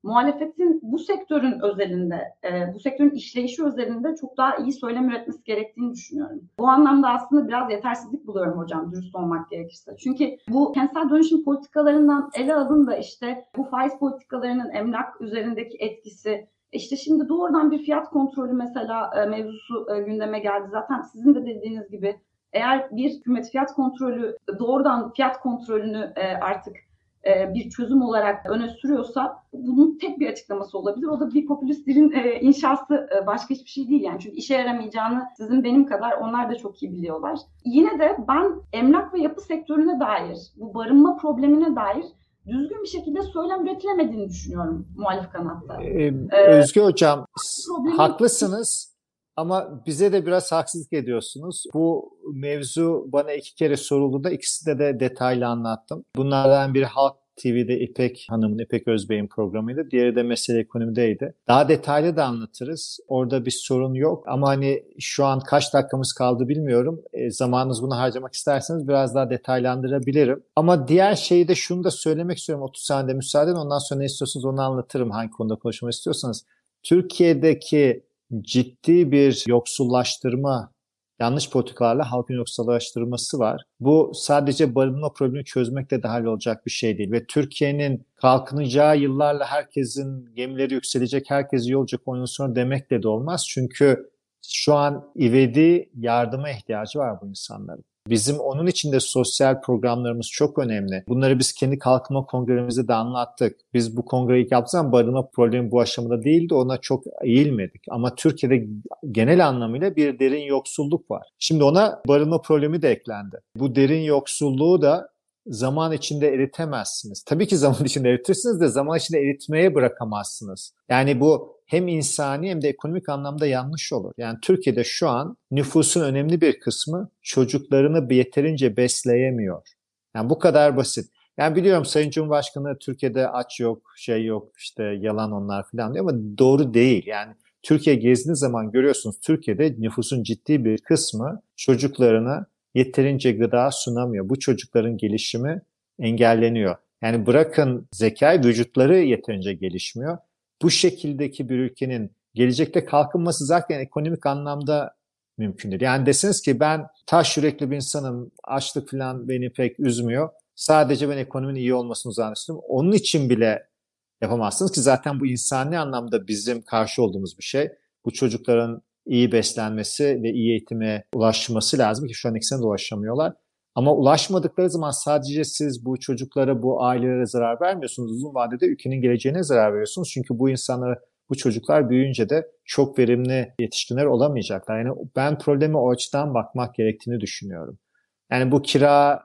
muhalefetin bu sektörün özelinde, bu sektörün işleyişi özelinde çok daha iyi söylem üretmesi gerektiğini düşünüyorum. Bu anlamda aslında biraz yetersizlik buluyorum hocam, dürüst olmak gerekirse. Çünkü bu kentsel dönüşüm politikalarından ele alın da işte bu faiz politikalarının emlak üzerindeki etkisi, işte şimdi doğrudan bir fiyat kontrolü mesela mevzusu gündeme geldi. Zaten sizin de dediğiniz gibi eğer bir hükümet fiyat kontrolü, doğrudan fiyat kontrolünü artık bir çözüm olarak öne sürüyorsa bunun tek bir açıklaması olabilir. O da bir popülist dilin inşası, başka hiçbir şey değil yani. Çünkü işe yaramayacağını sizin benim kadar onlar da çok iyi biliyorlar. Yine de ben emlak ve yapı sektörüne dair, bu barınma problemine dair düzgün bir şekilde söylem üretilemediğini düşünüyorum muhalif kanatta. Özge Hocam, Problemi... haklısınız ama bize de biraz haksızlık ediyorsunuz. Bu mevzu bana 2 kere soruldu da ikisinde de detaylı anlattım. Bunlardan biri Halk TV'de İpek Özbey'in programıydı. Diğeri de Mesele Ekonomi'deydi. Daha detaylı da anlatırız. Orada bir sorun yok. Ama hani şu an kaç dakikamız kaldı bilmiyorum. Zamanınız bunu harcamak isterseniz biraz daha detaylandırabilirim. Ama diğer şeyi de şunu da söylemek istiyorum. 30 saniyede müsaade edin. Ondan sonra ne istiyorsanız onu anlatırım. Hangi konuda konuşmak istiyorsanız. Türkiye'deki ciddi bir yoksullaştırma, yanlış politikalarla halkın yoksullaştırılması var. Bu sadece barınma problemini çözmekle de hallolacak bir şey değil. Ve Türkiye'nin kalkınacağı yıllarla herkesin gemileri yükselecek, herkes iyi olacak ondan sonra demekle de olmaz. Çünkü şu an ivedi yardıma ihtiyacı var bu insanların. Bizim onun için de sosyal programlarımız çok önemli. Bunları biz kendi kalkınma kongremizde de anlattık. Biz bu kongreyi ilk yaptığımız zaman barınma problemi bu aşamada değildi. Ona çok eğilmedik. Ama Türkiye'de genel anlamıyla bir derin yoksulluk var. Şimdi ona barınma problemi de eklendi. Bu derin yoksulluğu da zaman içinde eritemezsiniz. Tabii ki zaman içinde eritirsiniz de zaman içinde eritmeye bırakamazsınız. Yani bu hem insani hem de ekonomik anlamda yanlış olur. Yani Türkiye'de şu an nüfusun önemli bir kısmı çocuklarını yeterince besleyemiyor. Yani bu kadar basit. Yani biliyorum Sayın Cumhurbaşkanı Türkiye'de aç yok, şey yok, işte yalan onlar falan diyor ama doğru değil. Yani Türkiye gezdiğiniz zaman görüyorsunuz Türkiye'de nüfusun ciddi bir kısmı çocuklarına yeterince gıda sunamıyor. Bu çocukların gelişimi engelleniyor. Yani bırakın zekayı, vücutları yeterince gelişmiyor. Bu şekildeki bir ülkenin gelecekte kalkınması zaten ekonomik anlamda mümkün değil. Yani deseniz ki ben taş yürekli bir insanım, açlık falan beni pek üzmüyor. Sadece ben ekonominin iyi olmasını zannediyorum. Onun için bile yapamazsınız ki zaten bu insani anlamda bizim karşı olduğumuz bir şey. Bu çocukların iyi beslenmesi ve iyi eğitime ulaşması lazım ki şu an ikisine de ulaşamıyorlar. Ama ulaşmadıkları zaman sadece siz bu çocuklara, bu ailelere zarar vermiyorsunuz. Uzun vadede ülkenin geleceğine zarar veriyorsunuz. Çünkü bu insanlar, bu çocuklar büyüyünce de çok verimli yetişkinler olamayacaklar. Yani ben problemi o açıdan bakmak gerektiğini düşünüyorum. Yani bu kirayı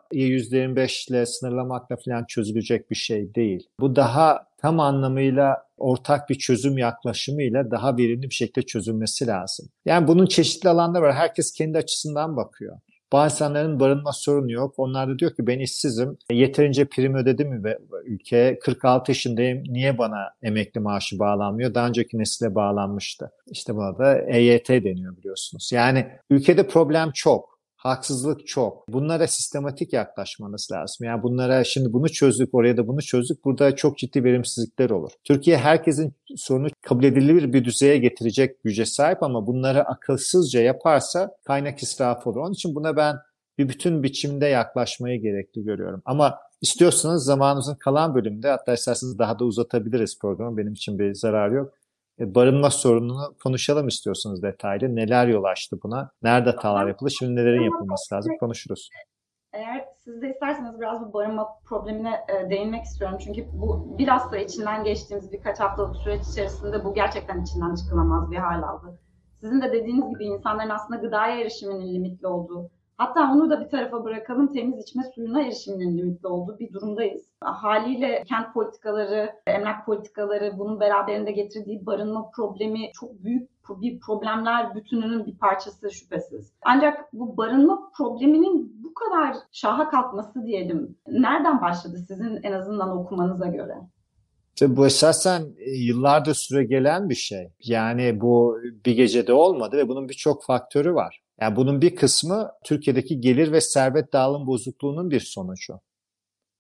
%25 ile sınırlamakla falan çözülecek bir şey değil. Bu daha tam anlamıyla ortak bir çözüm yaklaşımıyla daha verimli bir şekilde çözülmesi lazım. Yani bunun çeşitli alanları var. Herkes kendi açısından bakıyor. Bazı insanların barınma sorunu yok. Onlar da diyor ki ben işsizim. Yeterince prim ödedi mi ve ülkeye 46 yaşındayım. Niye bana emekli maaşı bağlanmıyor? Daha önceki nesile bağlanmıştı. İşte buna da EYT deniyor biliyorsunuz. Yani ülkede problem çok. Haksızlık çok. Bunlara sistematik yaklaşmanız lazım. Yani bunlara şimdi bunu çözdük, oraya da bunu çözdük. Burada çok ciddi verimsizlikler olur. Türkiye herkesin sorunu kabul edilebilir bir düzeye getirecek güce sahip ama bunları akılsızca yaparsa kaynak israfı olur. Onun için buna ben bir bütün biçimde yaklaşmayı gerekli görüyorum. Ama istiyorsanız zamanımızın kalan bölümünde hatta isterseniz daha da uzatabiliriz programı. Benim için bir zararı yok. Barınma sorununu konuşalım istiyorsanız detaylı. Neler yol açtı buna? Nerede hatalar yapıldı? Şimdi nelerin yapılması lazım? Konuşuruz. Eğer siz de isterseniz biraz bu barınma problemine değinmek istiyorum. Çünkü bu bilhassa içinden geçtiğimiz birkaç haftalık süreç içerisinde bu gerçekten içinden çıkılamaz bir hal aldı. Sizin de dediğiniz gibi insanların aslında gıdaya erişiminin limitli olduğu, hatta onu da bir tarafa bırakalım, temiz içme suyuna erişiminin limitli olduğu bir durumdayız. Haliyle kent politikaları, emlak politikaları, bunun beraberinde getirdiği barınma problemi çok büyük bir problemler bütününün bir parçası şüphesiz. Ancak bu barınma probleminin bu kadar şaha kalkması diyelim, nereden başladı sizin en azından okumanıza göre? İşte bu esasen yıllardır süregelen bir şey. Yani bu bir gecede olmadı ve bunun birçok faktörü var. Yani bunun bir kısmı Türkiye'deki gelir ve servet dağılım bozukluğunun bir sonucu.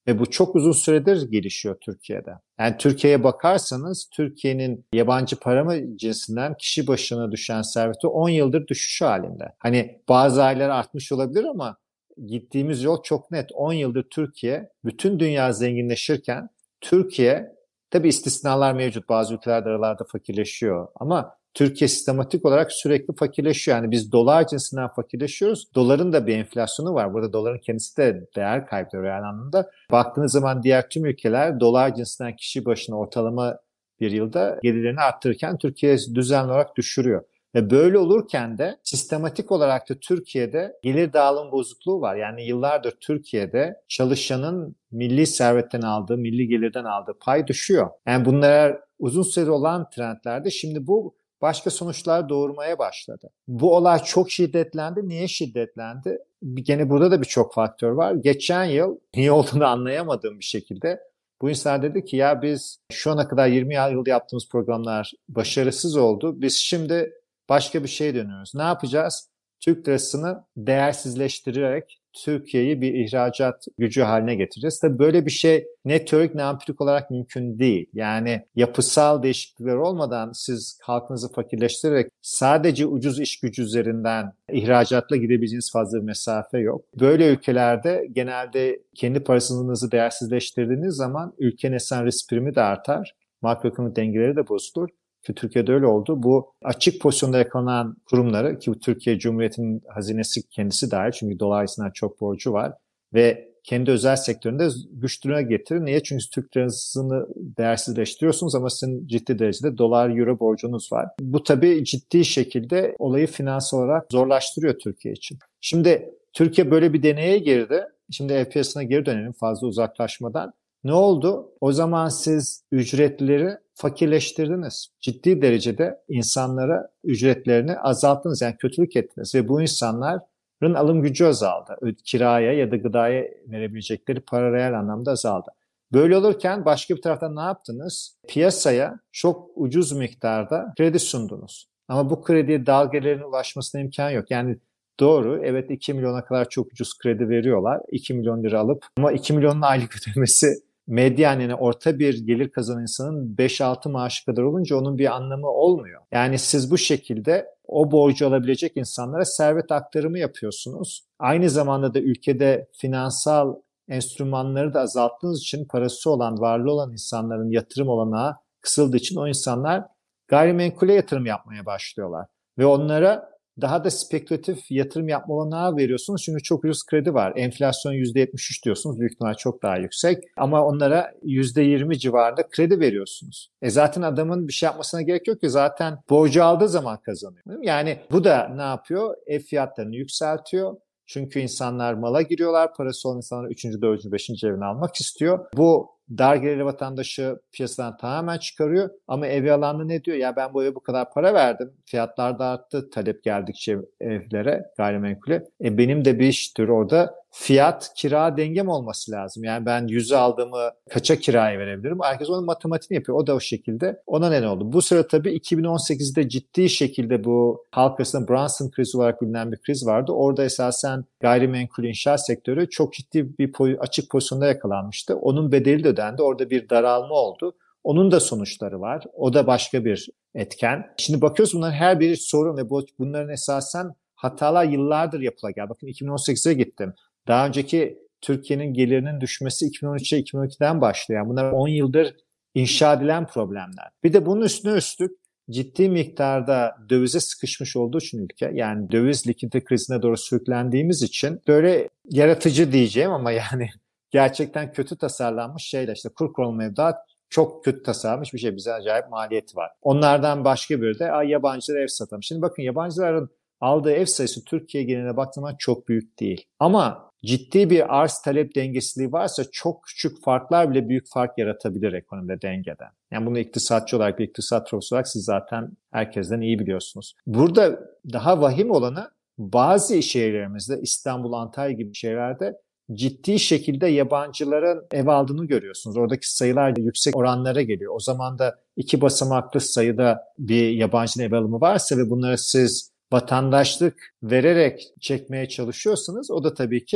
Ve bu çok uzun süredir gelişiyor Türkiye'de. Yani Türkiye'ye bakarsanız Türkiye'nin yabancı para mı cinsinden kişi başına düşen serveti 10 yıldır düşüş halinde. Hani bazı aylar artmış olabilir ama gittiğimiz yol çok net. 10 yıldır Türkiye bütün dünya zenginleşirken Türkiye, tabii istisnalar mevcut. Bazı ülkeler de aralarda fakirleşiyor ama Türkiye sistematik olarak sürekli fakirleşiyor. Yani biz dolar cinsinden fakirleşiyoruz. Doların da bir enflasyonu var. Burada doların kendisi de değer kaybediyor yani anlamda. Baktığınız zaman diğer tüm ülkeler dolar cinsinden kişi başına ortalama bir yılda gelirlerini arttırırken Türkiye düzenli olarak düşürüyor. Ve böyle olurken de sistematik olarak da Türkiye'de gelir dağılım bozukluğu var. Yani yıllardır Türkiye'de çalışanın milli servetten aldığı, milli gelirden aldığı pay düşüyor. Yani bunlar uzun süre olan trendlerde şimdi bu başka sonuçlar doğurmaya başladı. Bu olay çok şiddetlendi. Niye şiddetlendi? Gene burada da birçok faktör var. Geçen yıl niye olduğunu anlayamadığım bir şekilde bu insan dedi ki ya biz şu ana kadar 20 yıl yaptığımız programlar başarısız oldu. Biz şimdi başka bir şeye dönüyoruz. Ne yapacağız? Türk lirasını değersizleştirerek Türkiye'yi bir ihracat gücü haline getireceğiz. Tabii böyle bir şey ne teorik ne empirik olarak mümkün değil. Yani yapısal değişiklikler olmadan siz halkınızı fakirleştirerek sadece ucuz iş gücü üzerinden ihracatla gidebileceğiniz fazla bir mesafe yok. Böyle ülkelerde genelde kendi parasınızı değersizleştirdiğiniz zaman ülkenin esen risk primi de artar. Makroekonomik dengeleri de bozulur. Ki Türkiye'de öyle oldu. Bu açık pozisyonda yakalanan kurumları ki Türkiye Cumhuriyeti'nin hazinesi kendisi dahil çünkü dolar cinsinden çok borcu var ve kendi özel sektöründe güç durumuna getirir. Niye? Çünkü Türk lirasını değersizleştiriyorsunuz ama sizin ciddi derecede dolar, euro borcunuz var. Bu tabii ciddi şekilde olayı finansal olarak zorlaştırıyor Türkiye için. Şimdi Türkiye böyle bir deneye girdi. Şimdi ev piyasasına geri dönelim fazla uzaklaşmadan. Ne oldu? O zaman siz ücretleri fakirleştirdiniz. Ciddi derecede insanlara ücretlerini azalttınız. Yani kötülük ettiniz ve bu insanların alım gücü azaldı. Kiraya ya da gıdaya verebilecekleri para reel anlamda azaldı. Böyle olurken başka bir taraftan ne yaptınız? Piyasaya çok ucuz miktarda kredi sundunuz. Ama bu krediye dalgaların ulaşmasına imkan yok. Yani doğru, evet 2 milyona kadar çok ucuz kredi veriyorlar. 2 milyon lira alıp ama 2 milyonun aylık ödemesi medyan yani orta bir gelir kazanan insanın 5-6 maaşı kadar olunca onun bir anlamı olmuyor. Yani siz bu şekilde o borcu alabilecek insanlara servet aktarımı yapıyorsunuz. Aynı zamanda da ülkede finansal enstrümanları da azalttığınız için parası olan, varlığı olan insanların yatırım olanağı kısıldığı için o insanlar gayrimenkule yatırım yapmaya başlıyorlar. Ve onlara daha da spekülatif yatırım yapma olanağı veriyorsunuz. Çünkü çok ucuz kredi var. Enflasyon %73 diyorsunuz. Büyük ihtimal çok daha yüksek. Ama onlara %20 civarında kredi veriyorsunuz. Zaten adamın bir şey yapmasına gerek yok ki. Zaten borcu aldığı zaman kazanıyor. Yani bu da ne yapıyor? Ev fiyatlarını yükseltiyor. Çünkü insanlar mala giriyorlar. Parası olan insanlar 3. 4. 5. evini almak istiyor. Bu dar gelirli vatandaşı piyasadan tamamen çıkarıyor. Ama evi alan da ne diyor? Ya ben bu eve bu kadar para verdim. Fiyatlar da arttı talep geldikçe evlere, gayrimenkule. Benim de bir iş türü orada fiyat kira dengem olması lazım. Yani ben 100'e aldığımı kaça kiraya verebilirim? Herkes onun matematiğini yapıyor. O da o şekilde. Ona ne oldu? Bu sıra tabii 2018'de ciddi şekilde bu halk arasında Brunson krizi olarak bilinen bir kriz vardı. Orada esasen gayrimenkul inşaat sektörü çok ciddi bir açık pozisyonda yakalanmıştı. Onun bedeli de ödendi. Orada bir daralma oldu. Onun da sonuçları var. O da başka bir etken. Şimdi bakıyoruz bunların her biri sorun ve bunların esasen hatalar yıllardır yapıla geldi. Bakın 2018'e gittim. Daha önceki Türkiye'nin gelirinin düşmesi 2013'e 2012'den başlıyor. Yani bunlar 10 yıldır inşa edilen problemler. Bir de bunun üstüne üstlük ciddi miktarda dövize sıkışmış olduğu için ülke, yani döviz likidite krizine doğru sürüklendiğimiz için böyle yaratıcı diyeceğim ama yani gerçekten kötü tasarlanmış şeyler, işte kur korumalı mevduat çok kötü tasarlanmış bir şey. Bize acayip maliyeti var. Onlardan başka bir de yabancılara ev satalım. Şimdi bakın yabancıların aldığı ev sayısı Türkiye geneline baktığımız zaman çok büyük değil. Ama ciddi bir arz talep dengesizliği varsa çok küçük farklar bile büyük fark yaratabilir ekonomide dengeden. Yani bunu iktisatçı olarak, bir iktisat profesörü olarak siz zaten herkesten iyi biliyorsunuz. Burada daha vahim olanı bazı şehirlerimizde, İstanbul, Antalya gibi şehirlerde ciddi şekilde yabancıların ev aldığını görüyorsunuz. Oradaki sayılar yüksek oranlara geliyor. O zaman da 2 basamaklı sayıda bir yabancının ev alımı varsa ve bunları siz vatandaşlık vererek çekmeye çalışıyorsanız o da tabii ki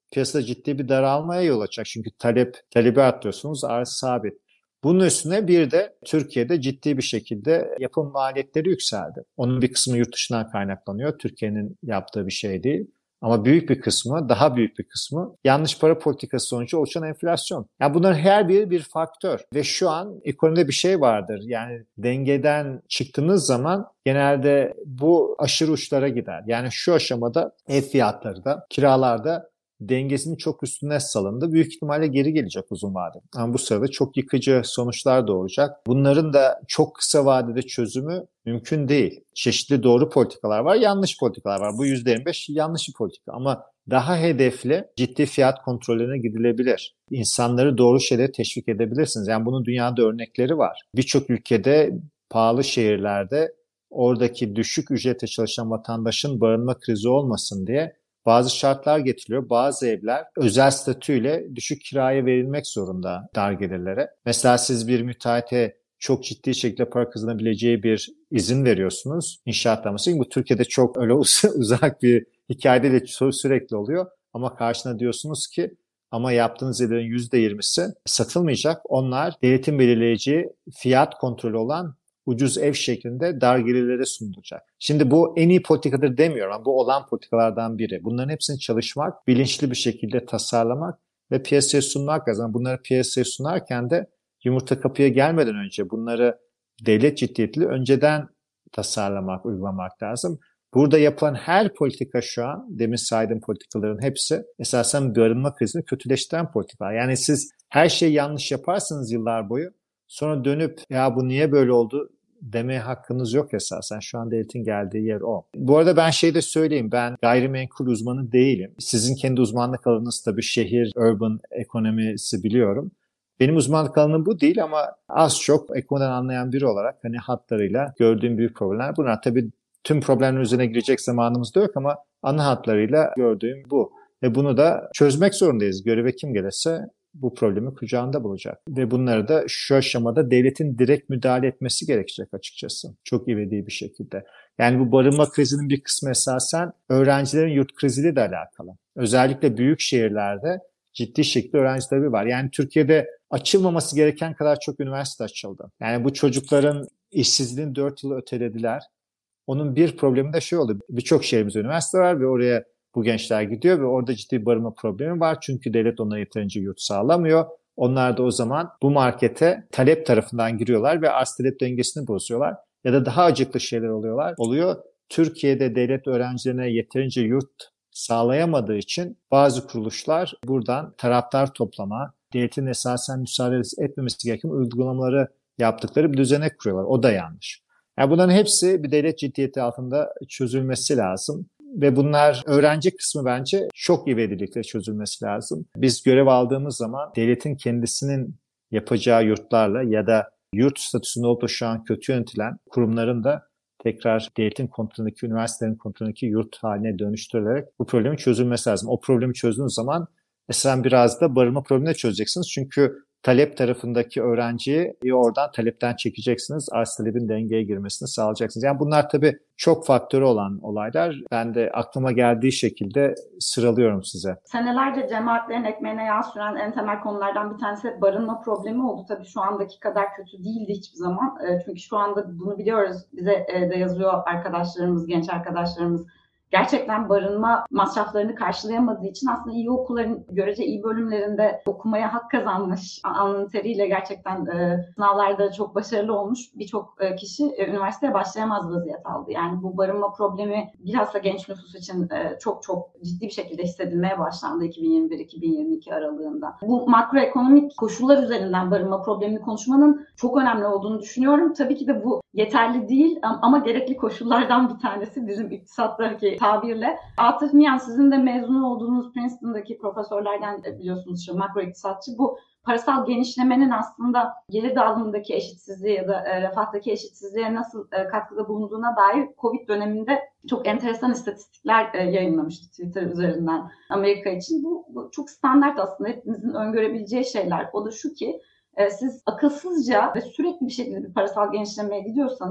piyasada ciddi bir daralmaya yol açacak. Çünkü talebi arttırıyorsunuz, arz sabit. Bunun üstüne bir de Türkiye'de ciddi bir şekilde yapım maliyetleri yükseldi. Onun bir kısmı yurt dışından kaynaklanıyor. Türkiye'nin yaptığı bir şey değil. Ama büyük bir kısmı, daha büyük bir kısmı yanlış para politikası sonucu oluşan enflasyon. Yani bunların her biri bir faktör. Ve şu an ekonomide bir şey vardır. Yani dengeden çıktığınız zaman genelde bu aşırı uçlara gider. Yani şu aşamada ev fiyatları da, kiralarda dengesinin çok üstüne salındı. Büyük ihtimalle geri gelecek uzun vadede. Ama bu sırada çok yıkıcı sonuçlar doğacak. Bunların da çok kısa vadede çözümü mümkün değil. Çeşitli doğru politikalar var, yanlış politikalar var. Bu %25 yanlış bir politika ama daha hedefli ciddi fiyat kontrollerine gidilebilir. İnsanları doğru şeylere teşvik edebilirsiniz. Yani bunun dünyada örnekleri var. Birçok ülkede, pahalı şehirlerde oradaki düşük ücrete çalışan vatandaşın barınma krizi olmasın diye bazı şartlar getiriliyor. Bazı evler özel statüyle düşük kiraya verilmek zorunda dar gelirlere. Mesela siz bir müteahhite çok ciddi şekilde para kazanabileceği bir izin veriyorsunuz inşaatlaması. Bu Türkiye'de çok öyle uzak bir hikayede de sürekli oluyor. Ama karşına diyorsunuz ki ama yaptığınız evlerin %20'si satılmayacak. Onlar devletin belirleyeceği fiyat kontrolü olan ucuz ev şeklinde dar gelirlere sunulacak. Şimdi bu en iyi politikadır demiyorum ama bu olan politikalardan biri. Bunların hepsini çalışmak, bilinçli bir şekilde tasarlamak ve piyasaya sunmak lazım. Bunları piyasaya sunarken de yumurta kapıya gelmeden önce bunları devlet ciddiyetiyle önceden tasarlamak, uygulamak lazım. Burada yapılan her politika şu an, demin saydığım politikaların hepsi esasen barınma krizini kötüleştiren politikalar. Yani siz her şeyi yanlış yaparsanız yıllar boyu sonra dönüp ya bu niye böyle oldu demeye hakkınız yok esasen. Şu an devletin geldiği yer o. Bu arada ben şey de söyleyeyim. Ben gayrimenkul uzmanı değilim. Sizin kendi uzmanlık alanınız tabii şehir, urban ekonomisi biliyorum. Benim uzmanlık alanım bu değil ama az çok ekonomiden anlayan biri olarak hani hatlarıyla gördüğüm büyük problemler. Bunlar tabii tüm problemlerin üzerine girecek zamanımız da yok ama ana hatlarıyla gördüğüm bu. Ve bunu da çözmek zorundayız. Göreve kim gelirse bu problemi kucağında bulacak. Ve bunları da şu aşamada devletin direkt müdahale etmesi gerekecek açıkçası. Çok ivedi bir şekilde. Yani bu barınma krizinin bir kısmı esasen öğrencilerin yurt kriziyle de alakalı. Özellikle büyük şehirlerde ciddi şekilde öğrenci talebi var. Yani Türkiye'de açılmaması gereken kadar çok üniversite açıldı. Yani bu çocukların işsizliğini 4 yıl ötelediler. Onun bir problemi de şey oldu. Birçok şehrimizde üniversite var ve oraya bu gençler gidiyor ve orada ciddi barınma problemi var. Çünkü devlet onlara yeterince yurt sağlamıyor. Onlar da o zaman bu markete talep tarafından giriyorlar ve arz talep dengesini bozuyorlar. Ya da daha acıklı şeyler oluyor. Türkiye'de devlet öğrencilerine yeterince yurt sağlayamadığı için bazı kuruluşlar buradan taraftar toplama, devletin esasen müsaade etmemesi gereken uygulamaları yaptıkları bir düzenek kuruyorlar. O da yanlış. Yani bunların hepsi bir devlet ciddiyeti altında çözülmesi lazım. Ve bunlar öğrenci kısmı bence çok ivedilikle çözülmesi lazım. Biz görev aldığımız zaman devletin kendisinin yapacağı yurtlarla ya da yurt statüsünde olup da şu an kötü yönetilen kurumların da tekrar devletin kontrolündeki, üniversitelerin kontrolündeki yurt haline dönüştürülerek bu problemin çözülmesi lazım. O problemi çözdüğünüz zaman sen biraz da barınma problemini çözeceksiniz. Çünkü talep tarafındaki öğrenciyi oradan talepten çekeceksiniz. Arz talebin dengeye girmesini sağlayacaksınız. Yani bunlar tabii çok faktörü olan olaylar. Ben de aklıma geldiği şekilde sıralıyorum size. Senelerce cemaatlerin ekmeğine yağ süren en temel konulardan bir tanesi barınma problemi oldu. Tabii şu andaki kadar kötü değildi hiçbir zaman. Çünkü şu anda bunu biliyoruz. Bize de yazıyor arkadaşlarımız, genç arkadaşlarımız. Gerçekten barınma masraflarını karşılayamadığı için aslında iyi okulların görece iyi bölümlerinde okumaya hak kazanmış, alnının teriyle gerçekten sınavlarda çok başarılı olmuş birçok kişi üniversiteye başlayamaz vaziyet aldı. Yani bu barınma problemi bilhassa genç nüfus için çok çok ciddi bir şekilde hissedilmeye başlandı 2021-2022 aralığında. Bu makroekonomik koşullar üzerinden barınma problemini konuşmanın çok önemli olduğunu düşünüyorum. Tabii ki de bu yeterli değil ama gerekli koşullardan bir tanesi bizim iktisattaki tabirle. Atıf Miyan, sizin de mezun olduğunuz Princeton'daki profesörlerden biliyorsunuz şu makro iktisatçı. Bu parasal genişlemenin aslında gelir dağılımındaki eşitsizliğe ya da refahtaki eşitsizliğe nasıl katkıda bulunduğuna dair Covid döneminde çok enteresan istatistikler yayınlamıştı Twitter üzerinden Amerika için. Bu çok standart aslında hepimizin öngörebileceği şeyler. O da şu ki siz akılsızca ve sürekli bir şekilde bir parasal genişlemeye gidiyorsanız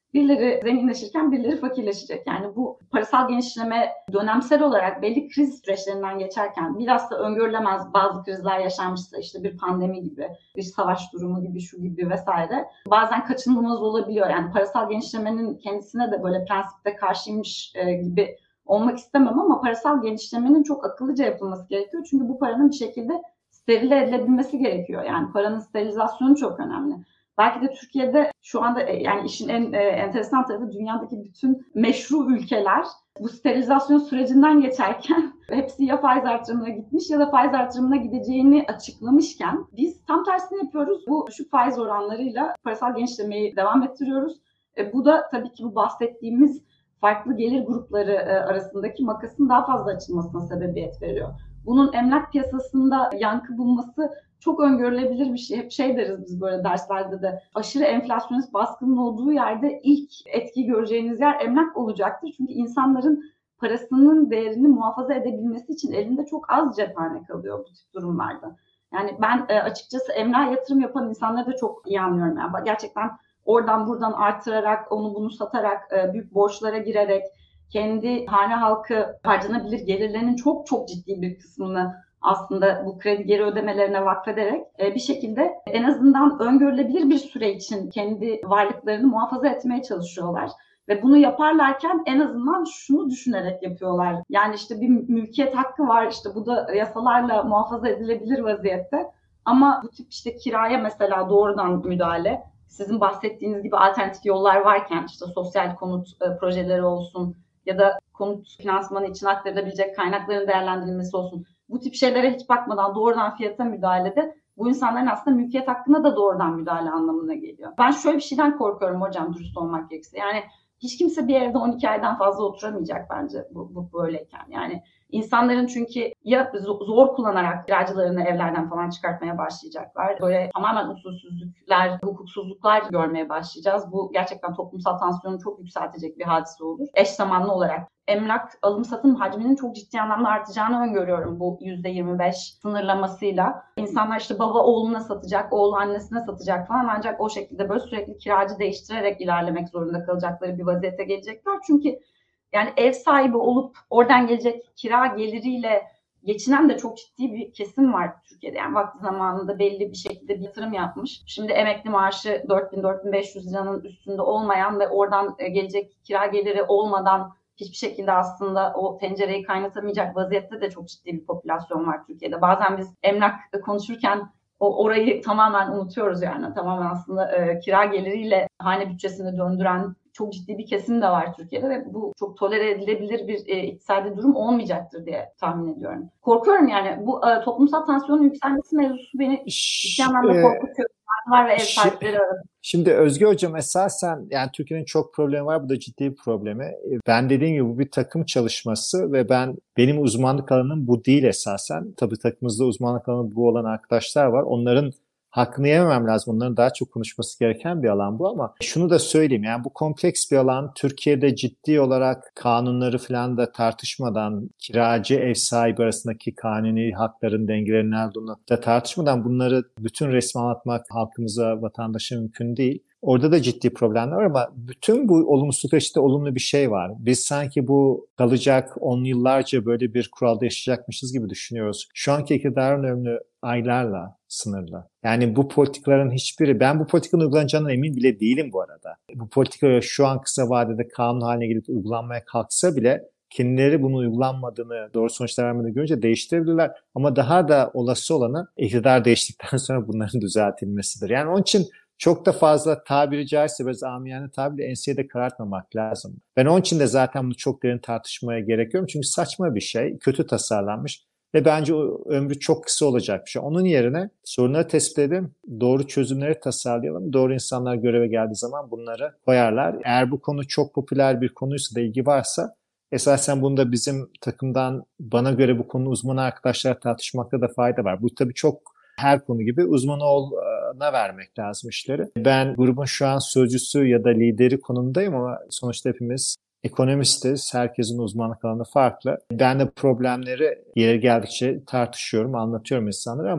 Birileri zenginleşirken birileri fakirleşecek. Yani bu parasal genişleme dönemsel olarak belli kriz süreçlerinden geçerken biraz da öngörülemez bazı krizler yaşanmışsa işte bir pandemi gibi, bir savaş durumu gibi, şu gibi vesaire. Bazen kaçınılmaz olabiliyor. Yani parasal genişlemenin kendisine de böyle prensipte karşıymış gibi olmak istemem ama parasal genişlemenin çok akıllıca yapılması gerekiyor. Çünkü bu paranın bir şekilde steril edilebilmesi gerekiyor. Yani paranın sterilizasyonu çok önemli. Belki de Türkiye'de şu anda yani işin en enteresan tarafı dünyadaki bütün meşru ülkeler bu sterilizasyon sürecinden geçerken hepsi ya faiz artırımına gitmiş ya da faiz artırımına gideceğini açıklamışken biz tam tersini yapıyoruz. Bu düşük faiz oranlarıyla parasal genişlemeyi devam ettiriyoruz. Bu da tabii ki bu bahsettiğimiz farklı gelir grupları arasındaki makasın daha fazla açılmasına sebebiyet veriyor. Bunun emlak piyasasında yankı bulması çok öngörülebilir bir şey. Hep şey deriz biz böyle derslerde de. Aşırı enflasyonist baskının olduğu yerde ilk etki göreceğiniz yer emlak olacaktır. Çünkü insanların parasının değerini muhafaza edebilmesi için elinde çok az cephane kalıyor bu tip durumlarda. Yani ben açıkçası emlak yatırım yapan insanları da çok iyi anlıyorum. Yani gerçekten oradan buradan artırarak, onu bunu satarak, büyük borçlara girerek, kendi hane halkı harcanabilir gelirlerinin çok çok ciddi bir kısmını aslında bu kredi geri ödemelerine vakfederek bir şekilde en azından öngörülebilir bir süre için kendi varlıklarını muhafaza etmeye çalışıyorlar. Ve bunu yaparlarken en azından şunu düşünerek yapıyorlar. Yani işte bir mülkiyet hakkı var, işte bu da yasalarla muhafaza edilebilir vaziyette. Ama bu tip işte kiraya mesela doğrudan müdahale, sizin bahsettiğiniz gibi alternatif yollar varken işte sosyal konut projeleri olsun ya da konut finansmanı için aktarılabilecek kaynakların değerlendirilmesi olsun. Bu tip şeylere hiç bakmadan doğrudan fiyata müdahalede bu insanların aslında mülkiyet hakkına da doğrudan müdahale anlamına geliyor. Ben şöyle bir şeyden korkuyorum hocam, dürüst olmak gerekirse. Yani hiç kimse bir evde 12 aydan fazla oturamayacak bence bu böyleyken. Yani insanların çünkü ya zor kullanarak kiracılarını evlerden falan çıkartmaya başlayacaklar. Böyle tamamen usulsüzlükler, hukuksuzluklar görmeye başlayacağız. Bu gerçekten toplumsal tansiyonu çok yükseltecek bir hadise olur. Eş zamanlı olarak emlak alım satım hacminin çok ciddi anlamda artacağını öngörüyorum bu %25 sınırlamasıyla. İnsanlar işte baba oğluna satacak, oğul annesine satacak falan, ancak o şekilde böyle sürekli kiracı değiştirerek ilerlemek zorunda kalacakları bir vaziyete gelecekler. Çünkü yani ev sahibi olup oradan gelecek kira geliriyle geçinen de çok ciddi bir kesim var Türkiye'de. Yani vakti zamanında belli bir şekilde bir yatırım yapmış. Şimdi emekli maaşı 4.000-4.500 liranın üstünde olmayan ve oradan gelecek kira geliri olmadan hiçbir şekilde aslında o tencereyi kaynatamayacak vaziyette de çok ciddi bir popülasyon var Türkiye'de. Bazen biz emlak konuşurken orayı tamamen unutuyoruz yani. Tamamen aslında kira geliriyle hane bütçesini döndüren çok ciddi bir kesim de var Türkiye'de ve bu çok tolere edilebilir bir iktisadi durum olmayacaktır diye tahmin ediyorum. Korkuyorum yani bu toplumsal tansiyonun yükselmesi mevzusu beni ciddi anlamda korkutuyor. Var ve ev sahipleri arasında. Şimdi Özge Hocam esasen yani Türkiye'nin çok problemi var. Bu da ciddi bir problemi. Ben dediğim gibi bu bir takım çalışması ve benim uzmanlık alanım bu değil esasen. Tabii takımımızda uzmanlık alanı bu olan arkadaşlar var. Onların hakkını yememem lazım. Onların daha çok konuşması gereken bir alan bu ama şunu da söyleyeyim. Yani bu kompleks bir alan. Türkiye'de ciddi olarak kanunları falan da tartışmadan, kiracı ev sahibi arasındaki kanuni hakların dengelerinin olduğunu da tartışmadan bunları bütün resmi anlatmak halkımıza, vatandaşa mümkün değil. Orada da ciddi problemler var ama bütün bu olumsuzluk işte olumlu bir şey var. Biz sanki bu kalacak 10 yıllarca böyle bir kuralda yaşayacakmışız gibi düşünüyoruz. Şu anki iktidarın ömrü aylarla sınırlı. Yani bu politikaların hiçbiri, ben bu politikanın uygulanacağından emin bile değilim bu arada. Bu politika şu an kısa vadede kanun haline gelip uygulanmaya kalksa bile kendileri bunun uygulanmadığını, doğru sonuçlar vermediğini görünce değiştirebilirler. Ama daha da olası olanı iktidar değiştikten sonra bunların düzeltilmesidir. Yani onun için çok da fazla tabiri caizse biraz amiyane tabirle enseye de karartmamak lazım. Ben onun için de zaten bunu çok derin tartışmaya gerek yok. Çünkü saçma bir şey, kötü tasarlanmış ve bence o ömrü çok kısa olacak bir şey. Onun yerine sorunları tespit edelim, doğru çözümleri tasarlayalım. Doğru insanlar göreve geldiği zaman bunları koyarlar. Eğer bu konu çok popüler bir konuysa da ilgi varsa esasen bunda bizim takımdan bana göre bu konu uzmanı arkadaşlar tartışmakta da fayda var. Bu tabii çok her konu gibi uzman olana vermek lazım işleri. Ben grubun şu an sözcüsü ya da lideri konumdayım ama sonuçta hepimiz ekonomistiz. Herkesin uzmanlık alanı farklı. Ben de problemleri yeri geldikçe tartışıyorum, anlatıyorum insanlara ama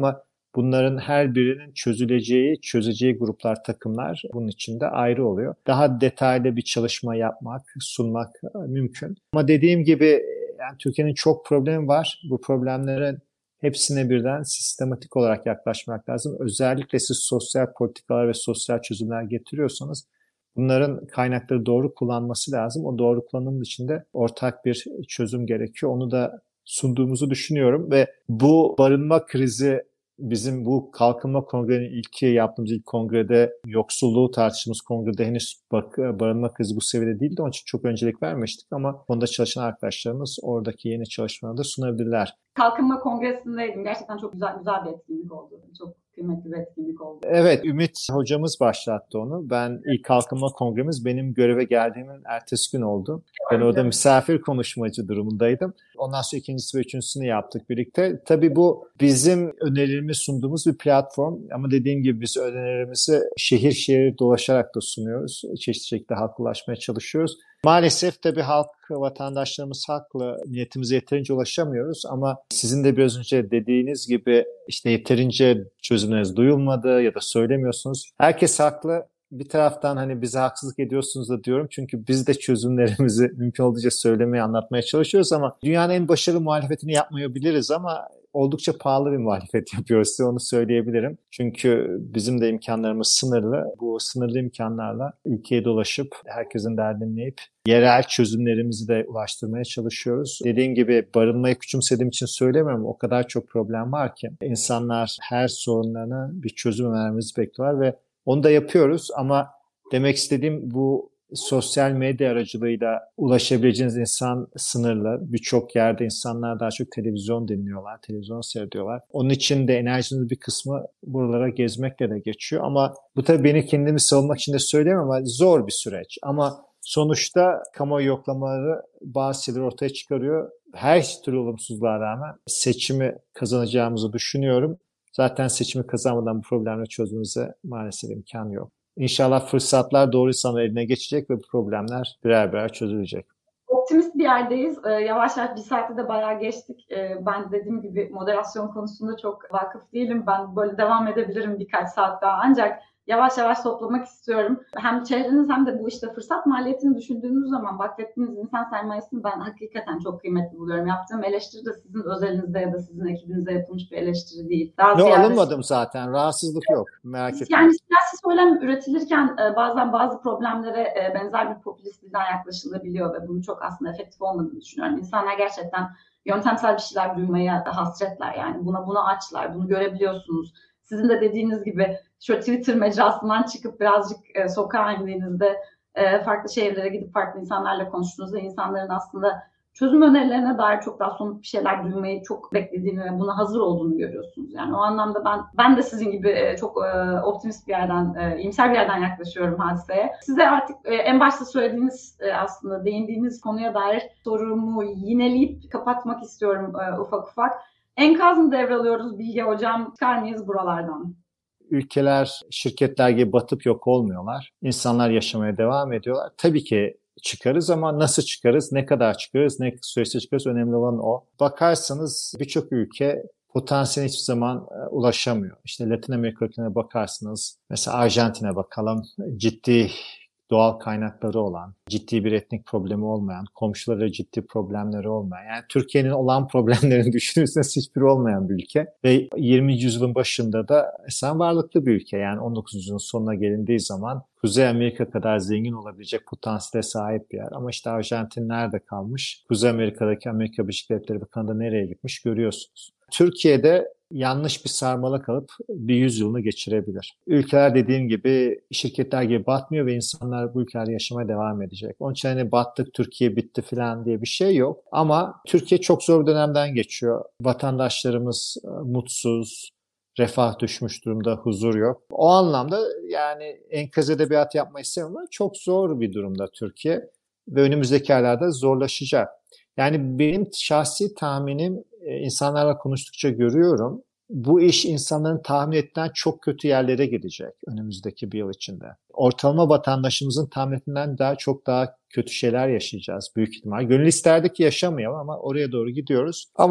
bunların her birinin çözeceği gruplar, takımlar bunun içinde ayrı oluyor. Daha detaylı bir çalışma yapmak, sunmak mümkün. Ama dediğim gibi yani Türkiye'nin çok problemi var. Bu problemlerin hepsine birden sistematik olarak yaklaşmak lazım. Özellikle siz sosyal politikalar ve sosyal çözümler getiriyorsanız bunların kaynakları doğru kullanması lazım. O doğru kullanımın içinde ortak bir çözüm gerekiyor. Onu da sunduğumuzu düşünüyorum ve bu barınma krizi bizim bu Kalkınma Kongre'nin yaptığımız ilk kongrede yoksulluğu tartıştığımız kongrede henüz barınma krizi bu seviyede değildi. Onun için çok öncelik vermiştik ama onda çalışan arkadaşlarımız oradaki yeni çalışmaları da sunabilirler. Kalkınma Kongresi'ndeydim. Gerçekten çok güzel bir etkinlik oldu. Çok kıymetli bir etkinlik oldu. Evet, Ümit hocamız başlattı onu. Ben ilk Kalkınma Kongremiz benim göreve geldiğimin ertesi gün oldu. Ben orada misafir konuşmacı durumundaydım. Ondan sonra ikincisi ve üçüncüsünü yaptık birlikte. Tabii bu bizim önerilerimizi sunduğumuz bir platform. Ama dediğim gibi biz önerilerimizi şehir şehir dolaşarak da sunuyoruz. Çeşitli şekilde halka ulaşmaya çalışıyoruz. Maalesef tabii vatandaşlarımız haklı. Niyetimize yeterince ulaşamıyoruz ama sizin de biraz önce dediğiniz gibi işte yeterince çözümleriniz duyulmadı ya da söylemiyorsunuz. Herkes haklı. Bir taraftan hani bize haksızlık ediyorsunuz da diyorum. Çünkü biz de çözümlerimizi mümkün olduğunca söylemeye, anlatmaya çalışıyoruz ama dünyanın en başarılı muhalefetini yapmayabiliriz ama oldukça pahalı bir muhalefet yapıyoruz, size onu söyleyebilirim. Çünkü bizim de imkanlarımız sınırlı. Bu sınırlı imkanlarla ülkeye dolaşıp herkesin derdini dinleyip yerel çözümlerimizi de ulaştırmaya çalışıyoruz. Dediğim gibi barınmayı küçümsediğim için söylemiyorum. O kadar çok problem var ki insanlar her sorunlarına bir çözüm önermemizi bekliyorlar ve onu da yapıyoruz ama demek istediğim bu sosyal medya aracılığıyla ulaşabileceğiniz insan sınırlı. Birçok yerde insanlar daha çok televizyon dinliyorlar, televizyon seyrediyorlar. Onun için de enerjinin bir kısmı buralara gezmekle de geçiyor. Ama bu tabii beni kendimi savunmak için de söyleyemem ama zor bir süreç. Ama sonuçta kamuoyu yoklamaları bazı şeyleri ortaya çıkarıyor. Her türlü olumsuzluğa rağmen seçimi kazanacağımızı düşünüyorum. Zaten seçimi kazanmadan bu problemleri çözmemize maalesef imkan yok. İnşallah fırsatlar doğru insanların eline geçecek ve bu problemler birer birer çözülecek. Optimist bir yerdeyiz. Yavaş yavaş bir saate de bayağı geçtik. Ben dediğim gibi moderasyon konusunda çok vakıf değilim. Ben böyle devam edebilirim birkaç saat daha. Ancak yavaş yavaş toplamak istiyorum. Hem çevreniz hem de bu işte fırsat maliyetini düşündüğünüz zaman vakfettiğiniz insan sermayesini ben hakikaten çok kıymetli buluyorum. Yaptığım eleştiri de sizin özelinizde ya da sizin ekibinize yapılmış bir eleştiri değil. Alınmadım zaten. Rahatsızlık yok. Merak etmeyin. Yani siyasi söylem üretilirken bazen bazı problemlere benzer bir popülist dilden yaklaşılabiliyor ve bunun çok aslında efektif olmadığını düşünüyorum. İnsanlar gerçekten yöntemsel bir şeyler duymaya hasretler. Yani buna açlar. Bunu görebiliyorsunuz. Sizin de dediğiniz gibi şöyle Twitter mecrasından çıkıp birazcık sokağa indiğinizde farklı şehirlere gidip farklı insanlarla konuştuğunuzda insanların aslında çözüm önerilerine dair çok daha somut bir şeyler duymayı çok beklediğini ve buna hazır olduğunu görüyorsunuz. Yani o anlamda ben de sizin gibi çok optimist bir yerden, iyimser bir yerden yaklaşıyorum hadiseye. Size artık en başta söylediğiniz aslında değindiğiniz konuya dair sorumu yineleyip kapatmak istiyorum ufak ufak. Enkaz mı devralıyoruz Bilge Hocam? Çıkar mıyız buralardan? Ülkeler, şirketler gibi batıp yok olmuyorlar. İnsanlar yaşamaya devam ediyorlar. Tabii ki çıkarız ama nasıl çıkarız, ne kadar çıkarız, ne süreçte çıkarız önemli olan o. Bakarsanız birçok ülke potansiyeline hiçbir zaman ulaşamıyor. İşte Latin Amerika ülkelerine bakarsınız. Mesela Arjantin'e bakalım. Ciddi doğal kaynakları olan, ciddi bir etnik problemi olmayan, komşulara ciddi problemleri olmayan, yani Türkiye'nin olan problemlerini düşünürseniz hiçbiri olmayan bir ülke ve 20. yüzyılın başında da esen varlıklı bir ülke. Yani 19. yüzyılın sonuna gelindiği zaman Kuzey Amerika kadar zengin olabilecek potansiyele sahip bir yer. Ama işte Arjantin nerede kalmış? Kuzey Amerika'daki Amerika Birleşik Devletleri ve Kanada nereye gitmiş görüyorsunuz. Türkiye'de yanlış bir sarmala kalıp bir yüzyılını geçirebilir. Ülkeler dediğim gibi şirketler gibi batmıyor ve insanlar bu ülkelerde yaşamaya devam edecek. Onun için hani battık, Türkiye bitti falan diye bir şey yok. Ama Türkiye çok zor bir dönemden geçiyor. Vatandaşlarımız mutsuz, refah düşmüş durumda, huzur yok. O anlamda yani enkaz edebiyat yapmayı istemiyorum ama çok zor bir durumda Türkiye ve önümüzdeki aylarda zorlaşacak. Yani benim şahsi tahminim, insanlarla konuştukça görüyorum. Bu iş insanların tahmin ettiğinden çok kötü yerlere gidecek önümüzdeki bir yıl içinde. Ortalama vatandaşımızın tahmin ettiğinden çok daha kötü şeyler yaşayacağız büyük ihtimal. Gönül isterdi ki yaşamayalım ama oraya doğru gidiyoruz. Ama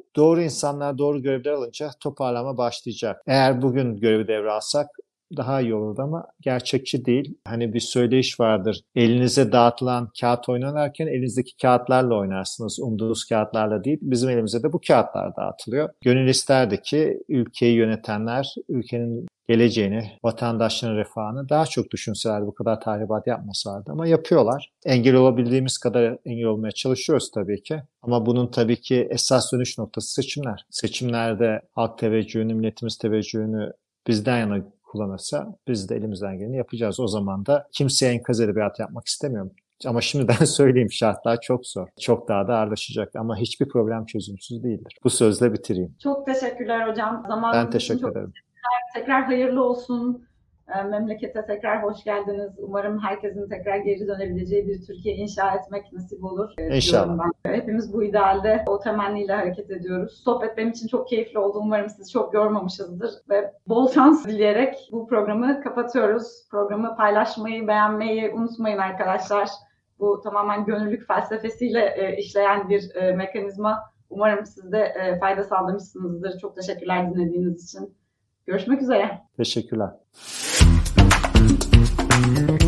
doğru insanlar doğru görevler alınca toparlama başlayacak. Eğer bugün görevi devralsak daha iyi olurdu ama gerçekçi değil. Hani bir söyleyiş vardır. Elinize dağıtılan kağıt oynanırken elinizdeki kağıtlarla oynarsınız. Umduğunuz kağıtlarla değil. Bizim elimize de bu kağıtlar dağıtılıyor. Gönül isterdi ki ülkeyi yönetenler ülkenin geleceğini, vatandaşların refahını daha çok düşünseler, bu kadar tahribat yapmasalardı. Ama yapıyorlar. Engel olabildiğimiz kadar engel olmaya çalışıyoruz tabii ki. Ama bunun tabii ki esas dönüş noktası seçimler. Seçimlerde halk teveccühünü, milletimiz teveccühünü bizden yana kullanırsa biz de elimizden geleni yapacağız. O zaman da kimseye enkaz edebiyatı yapmak istemiyorum. Ama şimdiden söyleyeyim, şartlar çok zor. Çok daha da ağırlaşacak ama hiçbir problem çözümsüz değildir. Bu sözle bitireyim. Çok teşekkürler hocam. Ben Zamanınız için teşekkür çok ederim. tekrar hayırlı olsun. Memlekete tekrar hoş geldiniz. Umarım herkesin tekrar geri dönebileceği bir Türkiye inşa etmek nasip olur. İnşallah. Hepimiz bu idealde, o temenniyle hareket ediyoruz. Sohbet benim için çok keyifli oldu. Umarım sizi çok yormamışızdır ve bol şans dileyerek bu programı kapatıyoruz. Programı paylaşmayı, beğenmeyi unutmayın arkadaşlar. Bu tamamen gönüllülük felsefesiyle işleyen bir mekanizma. Umarım siz de fayda sağlamışsınızdır. Çok teşekkürler dinlediğiniz için. Görüşmek üzere. Teşekkürler.